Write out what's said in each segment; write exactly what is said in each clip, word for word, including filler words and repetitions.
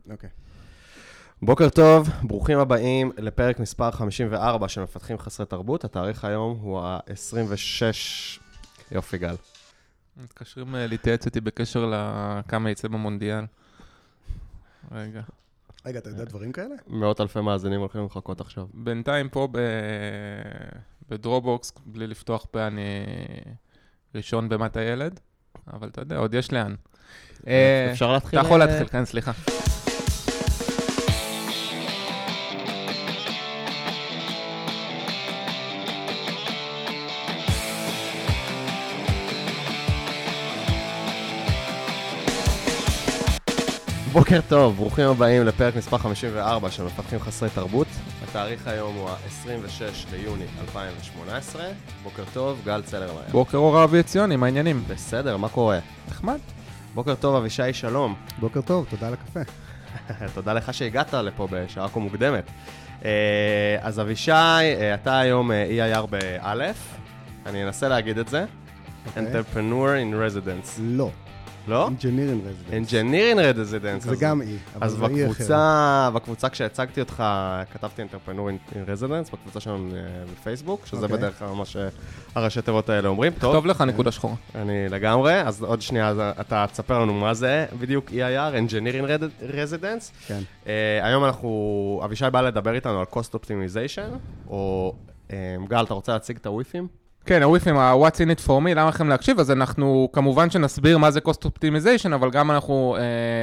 אוקיי. בוקר טוב, ברוכים הבאים לפרק מספר חמישים וארבע של מפתחים חסרי תרבות. התאריך היום הוא ה-עשרים ושש... יופי גל. מתקשרים להתייעץ איתי בקשר לכמה יצא במונדיאל. רגע. רגע, אתה יודע דברים כאלה? מאות אלפי מאזינים הולכים לחכות עכשיו. בינתיים פה בדרובוקס, בלי לפתוח פה אני ראשון במת הילד, אבל אתה יודע, עוד יש לאן. אפשר להתחיל? אתה יכול להתחיל, כן, סליחה. בוקר טוב, ברוכים הבאים לפרק מספר חמישים וארבע של מפתחים חסרי תרבות. התאריך היום הוא ה-עשרים ושש ליוני אלפיים ושמונה עשרה. בוקר טוב, גל צלר מעיין. בוקר אור אבי עציוני, מה העניינים? בסדר, מה קורה? נחמד. בוקר טוב, אבישי, שלום. בוקר טוב, תודה על הקפה. תודה לך שהגעת לפה בשעה כה מוקדמת. אז אבישי, אתה היום E I R באלף. אני אנסה להגיד את זה. Entrepreneur in Residence. לא. לא? Engineer in Residence. Engineer in Residence. זה גם E, אבל אז זה E אחר. בקבוצה, בקבוצה כשהצגתי אותך, כתבתי Entrepreneur in Residence, בקבוצה שלנו בפייסבוק, שזה בדרך כלל מה שהראשי תיבות האלה אומרים. טוב לך נקודה שחורה. אני לגמרי, אז עוד שנייה אתה תספר לנו מה זה בדיוק E I R, Engineer in Residence. כן. היום אנחנו, אבישי בא לדבר איתנו על Cost Optimization, או גל, אתה רוצה להציג את הוויפים? כן, הוויפים, ה-What's in it for me, למה לכם להקשיב? אז אנחנו כמובן שנסביר מה זה Cost Optimization, אבל גם אנחנו,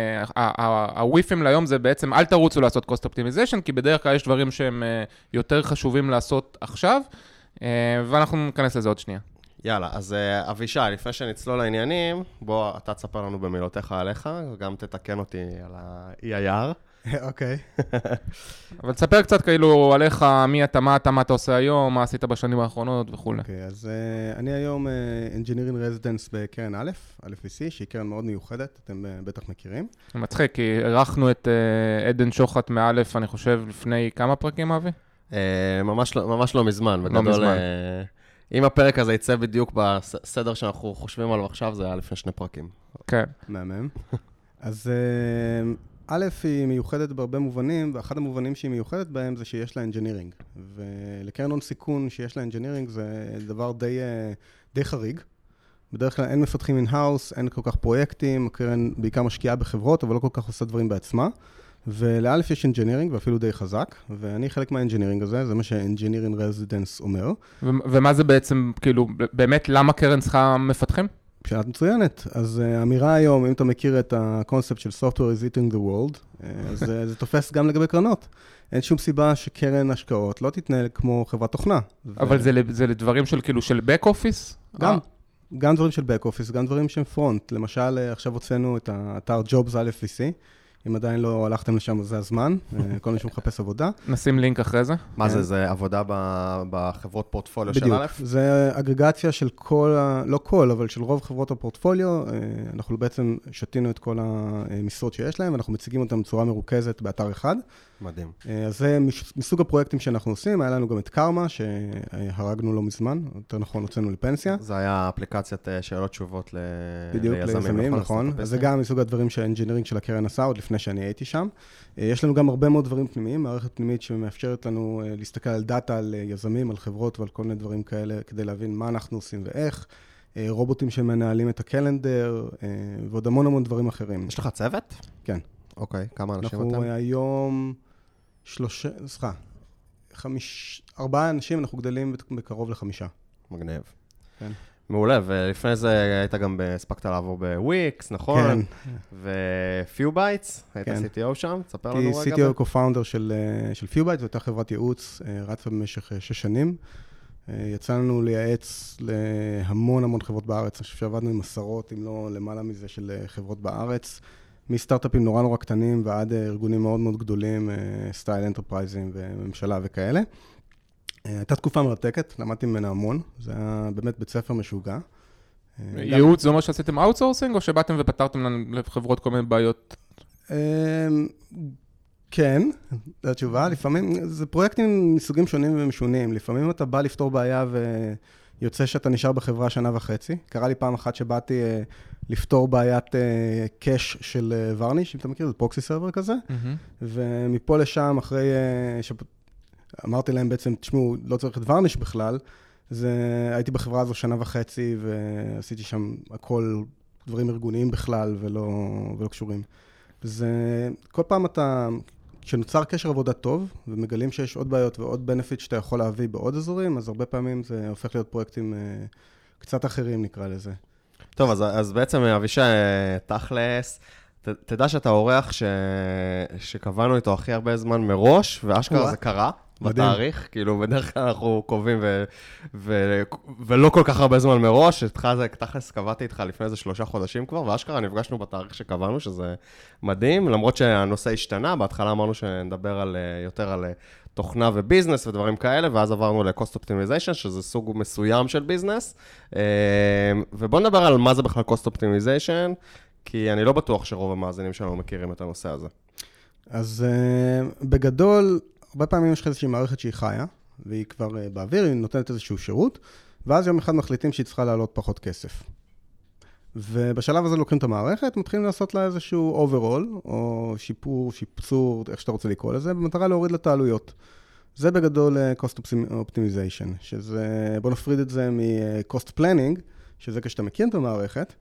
הוויפים להיום זה בעצם, אל תרוצו לעשות Cost Optimization, כי בדרך כלל יש דברים שהם יותר חשובים לעשות עכשיו, ואנחנו ניכנס לזה עוד שנייה. יאללה, אז אבישי, לפני שנצלול לעניינים, בוא, אתה תספר לנו במילותיך עליך, וגם תתקן אותי על ה-E I R. אוקיי. אבל תספר קצת כאילו עליך, מי אתה, מה אתה, מה אתה עושה היום, מה עשית בשנים האחרונות וכו'. אוקיי, אז אני היום Engineer in Residence בקרן א', א' ו C, שהיא קרן מאוד מיוחדת, אתם בטח מכירים. זה מצחיק, כי ערכנו את עדן שוחט מאלף, אני חושב, לפני כמה פרקים, אבי? ממש לא מזמן. לא מזמן. אם הפרק הזה יצא בדיוק בסדר שאנחנו חושבים עליו עכשיו, זה היה לפני שני פרקים. כן. מהמם. אז א' היא מיוחדת בהרבה מובנים, ואחד המובנים שהיא מיוחדת בהם זה שיש לה אנג'ינירינג. ולקרן הון סיכון שיש לה אנג'ינירינג זה דבר די, די חריג. בדרך כלל אין מפתחים אין-האוס, אין כל כך פרויקטים, הקרן בעיקר משקיעה בחברות, אבל לא כל כך עושה דברים בעצמה. ולאלף יש אנג'ינירינג, ואפילו די חזק, ואני חלק מהאנג'ינירינג הזה, זה מה ש-Engineer in Residence אומר. ו- ומה זה בעצם, כאילו, באמת, למה קרן צריכה מפתחים? שאלה מצוינת. אז האמירה היום, אם אתה מכיר את הקונספט של Software is eating the world, אז זה תופס גם לגבי קרנות. אין שום סיבה שקרן השקעות לא תתנהל כמו חברת תוכנה. אבל זה, זה לדברים של כאילו של back office? גם, גם דברים של back office, גם דברים שהם front. למשל, עכשיו הוצאנו את האתר Jobs א' ו C. אם עדיין לא הלכתם לשם, זה הזמן. כל מי שמחפש עבודה. נשים לינק אחרי זה. מה זה? זה עבודה בחברות פורטפוליו של א'? בדיוק. זה אגרגציה של כל, לא כל, אבל של רוב חברות הפורטפוליו. אנחנו בעצם שתינו את כל המשרות שיש להם, ואנחנו מציגים אותם בצורה מרוכזת באתר אחד. מדהים. אז זה מסוג הפרויקטים שאנחנו עושים. היה לנו גם את קרמה, שהרגנו לא מזמן. יותר נכון, הוצאנו לפנסיה. זה היה אפליקציית שאלות תשובות ליזמים. בדיוק, ליזמים, נכון. אז זה גם מסוג הדברים שהאנג'ינירינג של הקרן עשה, עוד לפני שאני הייתי שם. יש לנו גם הרבה מאוד דברים פנימיים, מערכת פנימית שמאפשרת לנו להסתכל על דאטה, על יזמים, על חברות ועל כל מיני דברים כאלה, כדי להבין מה אנחנו עושים ואיך. רובוטים שמנהלים את הקלנדר, ועוד המון המון דברים אחרים. יש לך צוות? כן. אוקיי, כמה אנשים אנחנו אתם? היום שלושה, סליחה, חמיש, ארבעה אנשים, אנחנו גדלים בקרוב לחמישה. מגניב. כן. מעולה, ולפני זה היית גם, הספקת לעבור בוויקס, נכון? כן. ופיובייטס, היית כן. סי טי או שם, תספר לנו רגע. סי טי או co-founder של, של פיובייטס, הייתה חברת ייעוץ, רצה במשך שש שנים. יצא לנו לייעץ להמון המון חברות בארץ, אני חושב שעבדנו עם עשרות, אם לא למעלה מזה של חברות בארץ, מסטארט-אפים נורא נורא קטנים ועד ארגונים מאוד מאוד גדולים, סטייל אנטרפרייזים וממשלה וכאלה. הייתה תקופה מרתקת, למדתי ממנה המון, זה היה באמת בית ספר משוגע. ייעוץ זה אומר שעשיתם אאוטסורסינג, או שבאתם ופתרתם לחברות כל מיני בעיות? כן, זו התשובה. לפעמים, זה פרויקטים מסוגים שונים ומשונים. לפעמים אתה בא לפתור בעיה יוצא שאתה נשאר בחברה שנה וחצי. קרה לי פעם אחת שבאתי uh, לפתור בעיית קאש uh, של uh, ורניש, אם אתה מכיר, זה פרוקסי סרבר כזה, mm-hmm. ומפה לשם, אחרי uh, שאמרתי להם בעצם, תשמעו, לא צריך את ורניש בכלל, זה, הייתי בחברה הזו שנה וחצי, ועשיתי שם הכל דברים ארגוניים בכלל, ולא, ולא קשורים. זה, כל פעם אתה, כשנוצר קשר עבודה טוב, ומגלים שיש עוד בעיות ועוד בנפיט שאתה יכול להביא בעוד אזורים, אז הרבה פעמים זה הופך להיות פרויקטים קצת אחרים, נקרא לזה. טוב, אז, אז בעצם אבישי, תכלס, ת, תדע שאתה אורח ש, שקבענו איתו הכי הרבה זמן מראש, ואשכרה זה קרה. בתאריך, כאילו בדרך כלל אנחנו קובעים ו- ו- ולא כל כך הרבה זמן מראש, איתך זה, תכלס קבעתי איתך לפני איזה שלושה חודשים כבר, ואשכרה נפגשנו בתאריך שקבענו, שזה מדהים, למרות שהנושא השתנה, בהתחלה אמרנו שנדבר על, יותר על תוכנה וביזנס ודברים כאלה, ואז עברנו ל-Cost Optimization, שזה סוג מסוים של ביזנס, ובואו נדבר על מה זה בכלל Cost Optimization, כי אני לא בטוח שרוב המאזינים שלנו מכירים את הנושא הזה. אז בגדול, הרבה פעמים יש לך איזושהי מערכת שהיא חיה, והיא כבר באוויר, היא נותנת איזשהו שירות, ואז יום אחד מחליטים שהיא צריכה לעלות פחות כסף. ובשלב הזה לוקחים את המערכת, מתחילים לעשות לה איזשהו אוברול, או שיפור, שיפצור, איך שאתה רוצה לקרוא לזה, במטרה להוריד לה העלויות. זה בגדול Cost Optimization, שזה, בוא נפריד את זה מ-Cost Planning, שזה כשאתה מכיר את המערכת,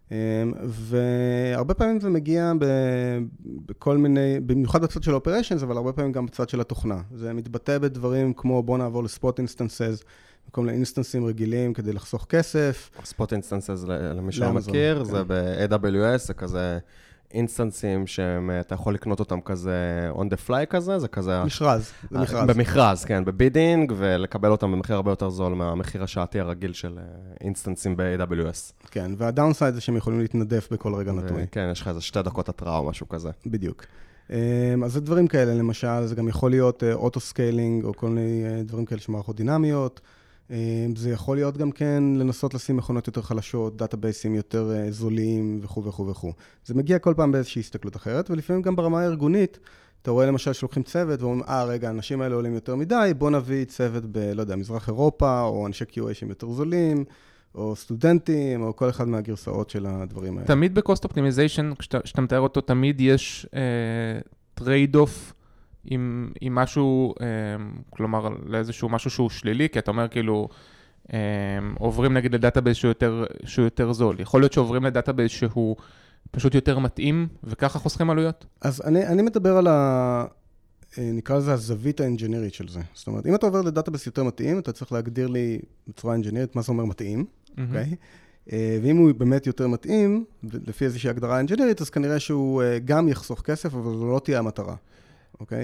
והרבה פעמים זה מגיע בכל מיני, במיוחד בצד של ה-Operations, אבל הרבה פעמים גם בצד של התוכנה. זה מתבטא בדברים כמו בוא נעבור לספוט אינסטנסס, כל מיני אינסטנסים רגילים כדי לחסוך כסף. ספוט אינסטנסס, למי שלא מכיר, זה ב-איי דאבליו אס, זה כזה אינסטנסים שאתה יכול לקנות אותם כזה on the fly כזה, זה כזה... מכרז, זה מכרז. במכרז, כן, בבידינג, ולקבל אותם במחיר הרבה יותר זול מהמחיר השעתי הרגיל של אינסטנסים ב-איי דאבליו אס. כן, והדאונסייד זה שהם יכולים להתנדף בכל רגע נתון. כן, יש לך איזה שתי דקות התראה או משהו כזה. בדיוק. אז זה דברים כאלה, למשל, זה גם יכול להיות אוטו-סקיילינג, או כל מיני דברים כאלה שמערכות דינמיות. זה יכול להיות גם כן לנסות לשים מכונות יותר חלשות, דאטאבייסים יותר זולים וכו' וכו' וכו'. זה מגיע כל פעם באיזושהי הסתכלות אחרת, ולפעמים גם ברמה הארגונית, אתה רואה למשל שלוקחים צוות ואומרים, אה רגע, האנשים האלה עולים יותר מדי, בוא נביא צוות ב, לא יודע, מזרח אירופה, או אנשי קיו איי שהם יותר זולים, או סטודנטים, או כל אחד מהגרסאות של הדברים האלה. תמיד ב-Cost Optimization, כשאתה מתאר אותו, תמיד יש טרייד-אוף, עם, עם משהו, כלומר, לאיזשהו משהו שהוא שלילי, כי אתה אומר כאילו, עוברים נגיד לדאטאבייס שהוא יותר, שהוא יותר זול. יכול להיות שעוברים לדאטאבייס שהוא פשוט יותר מתאים, וככה חוסכים עלויות? אז אני, אני מדבר על ה... נקרא לזה הזווית האנג'ינירית של זה. זאת אומרת, אם אתה עובר לדאטאבייס יותר מתאים, אתה צריך להגדיר לי בצורה אנג'ינירית מה זה אומר מתאים, אוקיי? ואם הוא באמת יותר מתאים, לפי איזושהי הגדרה אנג'ינירית, אז כנראה שהוא גם יחסוך כסף, אבל זו לא תהיה המטרה. אוקיי?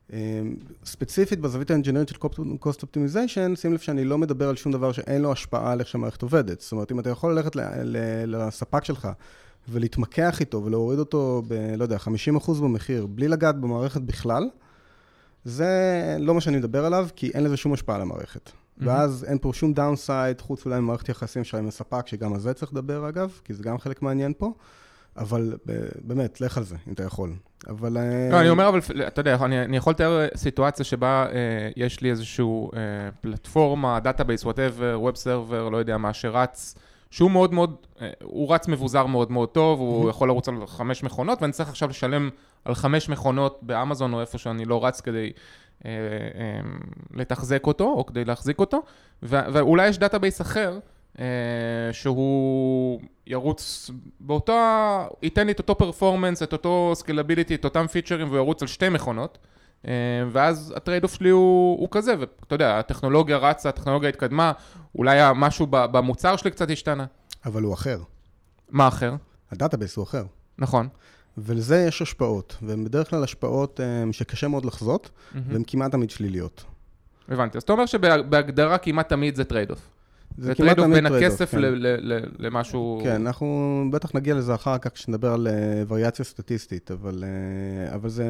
ספציפית בזווית האנג'ינירית של Cost Optimization, שים לב שאני לא מדבר על שום דבר שאין לו השפעה על איך שהמערכת עובדת. זאת אומרת, אם אתה יכול ללכת לספק שלך ולהתמקח איתו ולהוריד אותו ב, לא יודע, חמישים אחוז במחיר, בלי לגעת במערכת בכלל, זה לא מה שאני מדבר עליו, כי אין לזה שום השפעה על המערכת. ואז אין פה שום דאונסייד, חוץ אולי ממערכת יחסים שלהם לספק, שגם על זה צריך לדבר אגב, כי זה גם חלק מעניין פה. אבל באמת, לך על זה, אם אתה יכול. אבל... לא, אני אומר, אבל אתה יודע, אני, אני יכול לתאר סיטואציה שבה אה, יש לי איזשהו אה, פלטפורמה, דאטאבייס, whatever, ווב סרבר, לא יודע מה, שרץ, שהוא מאוד מאוד, אה, הוא רץ מבוזר מאוד מאוד טוב, הוא mm-hmm. יכול לרוץ על חמש מכונות, ואני צריך עכשיו לשלם על חמש מכונות באמזון, או איפה שאני לא רץ כדי אה, אה, לתחזק אותו, או כדי להחזיק אותו, ו- ואולי יש דאטאבייס אחר, Uh, שהוא ירוץ באותו, ייתן לי את אותו פרפורמנס, את אותו סקלביליטי, את אותם פיצ'רים, והוא ירוץ על שתי מכונות, uh, ואז הטרייד-אוף שלי הוא, הוא כזה, ואתה יודע, הטכנולוגיה רצה, הטכנולוגיה התקדמה, אולי משהו במוצר שלי קצת השתנה. אבל הוא אחר. מה אחר? הדאטאבייס הוא אחר. נכון. ולזה יש השפעות, והן בדרך כלל השפעות um, שקשה מאוד לחזות, mm-hmm. והן כמעט תמיד שליליות. הבנתי, אז אתה אומר שבהגדרה כמעט תמיד זה טרייד-אוף. זה טרייד-אוף בין הכסף למשהו... כן, אנחנו בטח נגיע לזה אחר כך כשנדבר על וריאציה סטטיסטית, אבל זה...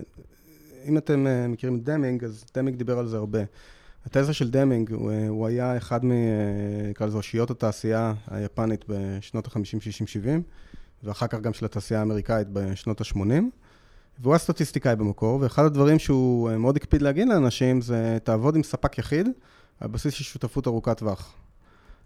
אם אתם מכירים את דמינג, אז דמינג דיבר על זה הרבה. התזה של דמינג, הוא היה אחד נקרא לזה אושיות התעשייה היפנית בשנות ה-חמישים, שישים, שבעים, ואחר כך גם של התעשייה האמריקאית בשנות ה-שמונים, והוא היה סטטיסטיקאי במקור, ואחד הדברים שהוא מאוד הקפיד להגיד לאנשים זה תעבוד עם ספק יחיד, על בסיס של שותפות ארוכת טווח.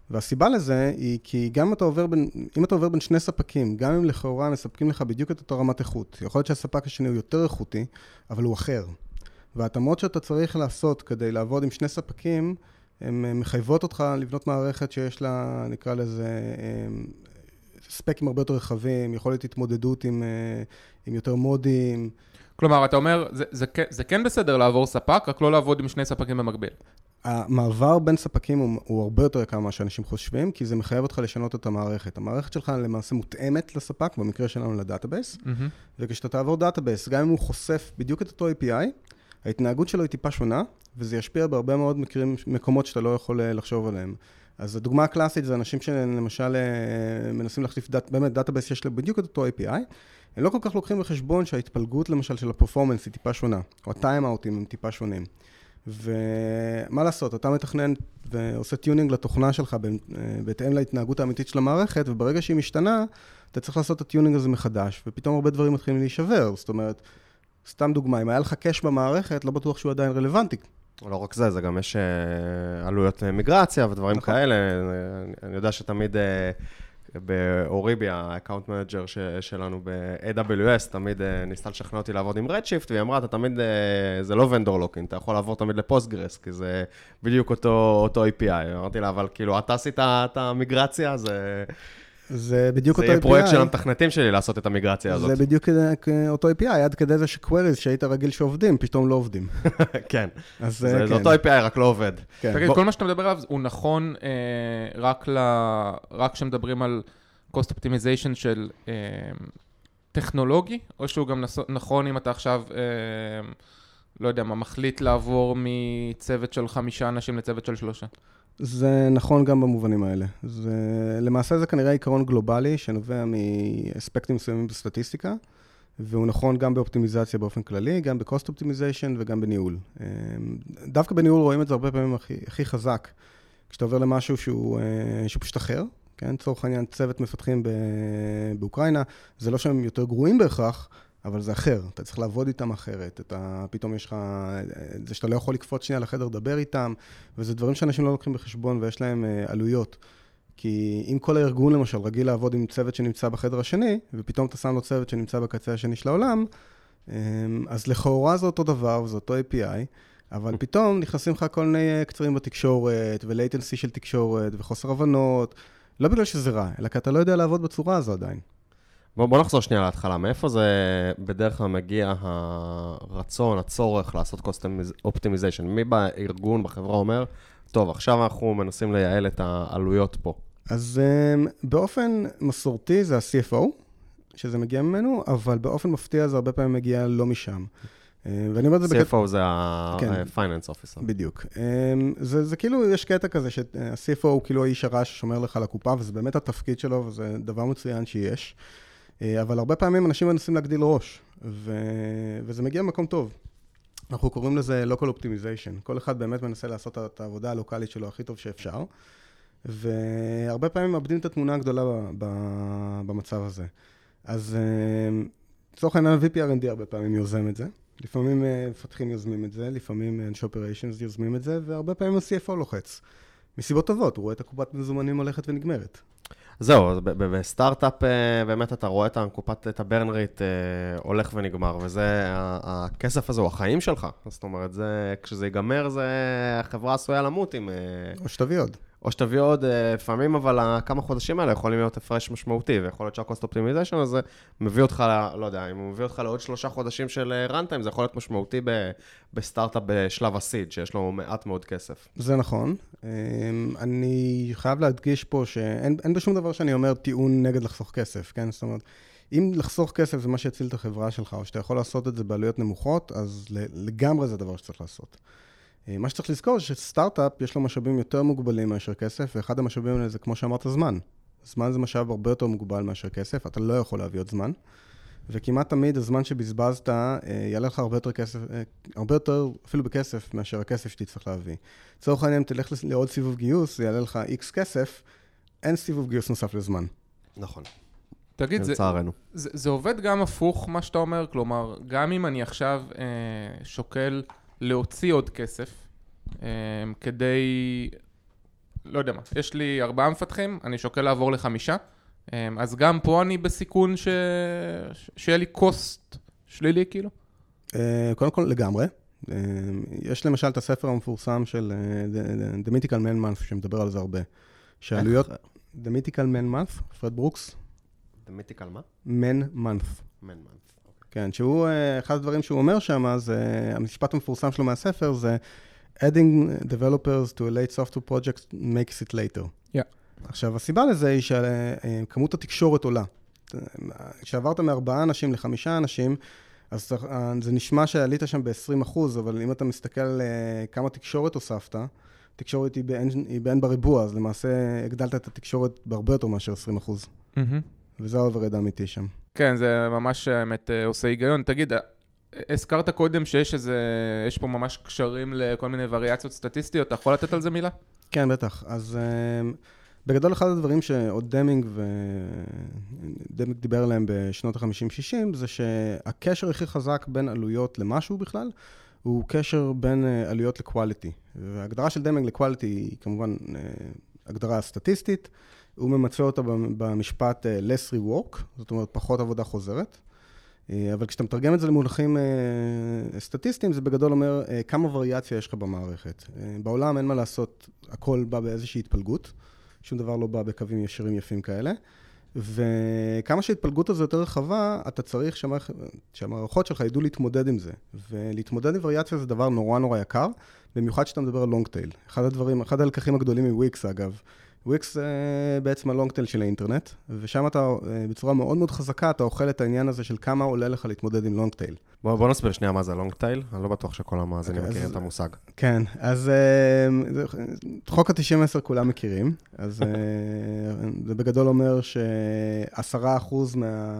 והסיבה לזה היא כי גם אם אתה עובר בין, אם אתה עובר בין שני ספקים, גם אם לכאורה מספקים לך בדיוק את אותו רמת איכות, יכול להיות שהספק השני הוא יותר איכותי, אבל הוא אחר. וההתאמות שאתה צריך לעשות כדי לעבוד עם שני ספקים, הן מחייבות אותך לבנות מערכת שיש לה, נקרא לזה, ספקים הרבה יותר רחבים, יכולת התמודדות עם, עם יותר מודים. כלומר, אתה אומר, זה, זה, זה כן בסדר לעבור ספק, רק לא לעבוד עם שני ספקים במקביל. המעבר בין ספקים הוא, הוא הרבה יותר יקר מה שאנשים חושבים, כי זה מחייב אותך לשנות את המערכת. המערכת שלך למעשה מותאמת לספק, במקרה שלנו לדאטאבייס, mm-hmm. וכשאתה תעבור דאטאבייס, גם אם הוא חושף בדיוק את אותו איי פי איי, ההתנהגות שלו היא טיפה שונה, וזה ישפיע בהרבה מאוד מקרים, מקומות שאתה לא יכול לחשוב עליהם. אז הדוגמה הקלאסית זה אנשים שלמשל מנסים להחליף, דאט, באמת דאטאבייס יש להם בדיוק את אותו איי פי איי, הם לא כל כך לוקחים בחשבון שההתפלגות למשל של הפרפורמנס היא טיפה שונה, או הטיים-אוטים הם טיפה שונים. ומה לעשות, אתה מתכנן ועושה טיונינג לתוכנה שלך בהתאם להתנהגות האמיתית של המערכת, וברגע שהיא משתנה, אתה צריך לעשות את הטיונינג הזה מחדש, ופתאום הרבה דברים מתחילים להישבר. זאת אומרת, סתם דוגמה, אם היה לך קש במערכת, לא בטוח שהוא עדיין רלוונטי. לא רק זה, זה גם יש עלויות מיגרציה ודברים נכון. כאלה. אני יודע שתמיד באוריבי, האקאונט מנג'ר שלנו ב-איי דאבליו אס, תמיד ניסתה לשכנע אותי לעבוד עם רדשיפט, והיא אמרה, אתה תמיד, זה לא ונדור לוקינג, אתה יכול לעבור תמיד לפוסטגרס, כי זה בדיוק אותו, אותו איי פי איי. אמרתי לה, אבל כאילו, אתה עשית את המיגרציה, זה... זה בדיוק אותו איי פי איי. זה יהיה פרויקט של המתכנתים שלי לעשות את המיגרציה הזאת. זה בדיוק אותו איי פי איי, עד כדי זה שקוויריז שהיית רגיל שעובדים, פתאום לא עובדים. כן. זה אותו איי פי איי, רק לא עובד. תגיד, כל מה שאתה מדבר עליו הוא נכון רק כשמדברים על cost optimization של טכנולוגי, או שהוא גם נכון אם אתה עכשיו, לא יודע מה, מחליט לעבור מצוות של חמישה אנשים לצוות של שלושה? זה נכון גם במובנים האלה. זה, למעשה זה כנראה עיקרון גלובלי שנובע מאספקטים מסוימים בסטטיסטיקה, והוא נכון גם באופטימיזציה באופן כללי, גם ב-cost optimization וגם בניהול. דווקא בניהול רואים את זה הרבה פעמים הכי, הכי חזק, כשאתה עובר למשהו שהוא, שהוא פשוט אחר, כן? צורך העניין צוות מפתחים באוקראינה, זה לא שהם יותר גרועים בהכרח, אבל זה אחר, אתה צריך לעבוד איתם אחרת, אתה, פתאום יש לך, זה שאתה לא יכול לקפוץ שנייה לחדר, לדבר איתם, וזה דברים שאנשים לא לוקחים בחשבון ויש להם עלויות. כי אם כל הארגון למשל רגיל לעבוד עם צוות שנמצא בחדר השני, ופתאום אתה שם לו צוות שנמצא בקצה השני של העולם, אז לכאורה זה אותו דבר, זה אותו איי פי איי, אבל פתאום נכנסים לך כל מיני קצרים בתקשורת, ולייטנסי של תקשורת, וחוסר הבנות, לא בגלל שזה רע, אלא כי אתה לא יודע לעבוד בצורה הזו עדיין. בוא, בוא נחזור שנייה להתחלה. מאיפה זה בדרך כלל מגיע הרצון, הצורך לעשות cost optimization? מי בארגון, בחברה אומר, טוב, עכשיו אנחנו מנסים לייעל את העלויות פה. אז באופן מסורתי זה ה-סי אף או, שזה מגיע ממנו, אבל באופן מפתיע זה הרבה פעמים מגיע לא משם. ואני אומר את זה סי אף או זה ה-Finance Officer. בדיוק. זה, זה כאילו, יש קטע כזה שה-סי אף או הוא כאילו האיש הרע ששומר לך על הקופה, וזה באמת התפקיד שלו, וזה דבר מצוין שיש. אבל הרבה פעמים אנשים מנסים להגדיל ראש, ו... וזה מגיע ממקום טוב. אנחנו קוראים לזה local optimization. כל אחד באמת מנסה לעשות את העבודה הלוקלית שלו הכי טוב שאפשר, והרבה פעמים מאבדים את התמונה הגדולה ב... במצב הזה. אז לצורך העניין ה-וי פי אר אנד די הרבה פעמים יוזם את זה. לפעמים מפתחים יוזמים את זה, לפעמים אנשי operations יוזמים את זה, והרבה פעמים ה-סי אף או לוחץ. מסיבות טובות, הוא רואה את הקופת מזומנים הולכת ונגמרת. זהו, בסטארט-אפ באמת אתה רואה את הקופת, את הברן רייט הולך ונגמר, וזה, הכסף הזה הוא החיים שלך. זאת אומרת, זה, כשזה ייגמר, זה, החברה עשויה למות עם... או שתביא עוד. או שתביא עוד, לפעמים, אבל כמה חודשים האלה יכולים להיות הפרש משמעותי, ויכול להיות שהקוסט אופטימיזיישן הזה מביא אותך, לא יודע, אם הוא מביא אותך לעוד שלושה חודשים של רנטיים, זה יכול להיות משמעותי בסטארט-אפ בשלב הסיד, שיש לו מעט מאוד כסף. זה נכון. אני חייב להדגיש פה שאין בשום דבר שאני אומר טיעון נגד לחסוך כסף, כן? זאת אומרת, אם לחסוך כסף זה מה שיציל את החברה שלך, או שאתה יכול לעשות את זה בעלויות נמוכות, אז לגמרי זה דבר שצריך לעשות. מה שצריך לזכור זה שסטארט-אפ יש לו משאבים יותר מוגבלים מאשר כסף, ואחד המשאבים האלה זה כמו שאמרת זמן. זמן זה משאב הרבה יותר מוגבל מאשר כסף, אתה לא יכול להביא עוד זמן, וכמעט תמיד הזמן שבזבזת יעלה לך הרבה יותר כסף, הרבה יותר אפילו בכסף מאשר הכסף שתצטרך להביא. לצורך העניין, תלך לעוד סיבוב גיוס, זה יעלה לך X כסף, אין סיבוב גיוס נוסף לזמן. נכון. תגיד, זה, זה, זה עובד גם הפוך מה שאתה אומר, כלומר, גם אם אני עכשיו אה, שוקל להוציא עוד כסף, כדי, לא יודע מה, יש לי ארבעה מפתחים, אני שוקל לעבור לחמישה, אז גם פה אני בסיכון ש... שיהיה לי קוסט שלילי, כאילו? קודם כל, לגמרי. יש למשל את הספר המפורסם של The Mythical Man Month, שמדבר על זה הרבה. שעלויות... The Mythical Man Month, פרד ברוקס. The Mythical מה? Man Month. Man Month, אוקיי. כן, שהוא, אחד הדברים שהוא אומר שם, זה, המשפט המפורסם שלו מהספר, זה adding developers to a late software project makes it later. Yeah. עכשיו, הסיבה לזה היא שכמות התקשורת עולה. כשעברת מארבעה אנשים לחמישה אנשים, אז זה נשמע שעלית שם ב-עשרים אחוז, אבל אם אתה מסתכל על כמה תקשורת הוספת, תקשורת היא באין, היא באין בריבוע, אז למעשה הגדלת את התקשורת בהרבה יותר מאשר עשרים אחוז. Mm-hmm. וזה העובד האמיתי שם. כן, זה ממש האמת עושה היגיון. תגיד, הזכרת קודם שיש איזה, יש פה ממש קשרים לכל מיני וריאציות סטטיסטיות, אתה יכול לתת על זה מילה? כן, בטח. אז בגדול אחד הדברים שעוד דמינג ודמינג דיבר עליהם בשנות ה-חמישים שישים, זה שהקשר הכי חזק בין עלויות למשהו בכלל, הוא קשר בין עלויות לקואליטי. וההגדרה של דמינג לקואליטי היא כמובן הגדרה סטטיסטית, הוא ממצא אותה במשפט less rework, זאת אומרת פחות עבודה חוזרת, אבל כשאתה מתרגם את זה למונחים סטטיסטיים, זה בגדול אומר כמה וריאציה יש לך במערכת. בעולם אין מה לעשות, הכל בא באיזושהי התפלגות, שום דבר לא בא בקווים ישירים יפים כאלה, וכמה שההתפלגות הזו יותר רחבה, אתה צריך שהמערכ... שהמערכות שלך ידעו להתמודד עם זה. ולהתמודד עם וריאציה זה דבר נורא נורא יקר, במיוחד שאתה מדבר על לונג טייל. אחד הדברים, אחד הלקחים הגדולים מוויקס אגב, וויקס זה בעצם הלונג טייל של האינטרנט, ושם אתה בצורה מאוד מאוד חזקה, אתה אוכל את העניין הזה של כמה עולה לך להתמודד עם לונג טייל. בוא, בוא נסביר שנייה מה זה לונג טייל, אני לא בטוח שכל המאזינים מכירים את המושג. כן, אז את חוק ה-תשעים ועשר כולם מכירים, אז זה בגדול אומר שעשרה אחוז מה,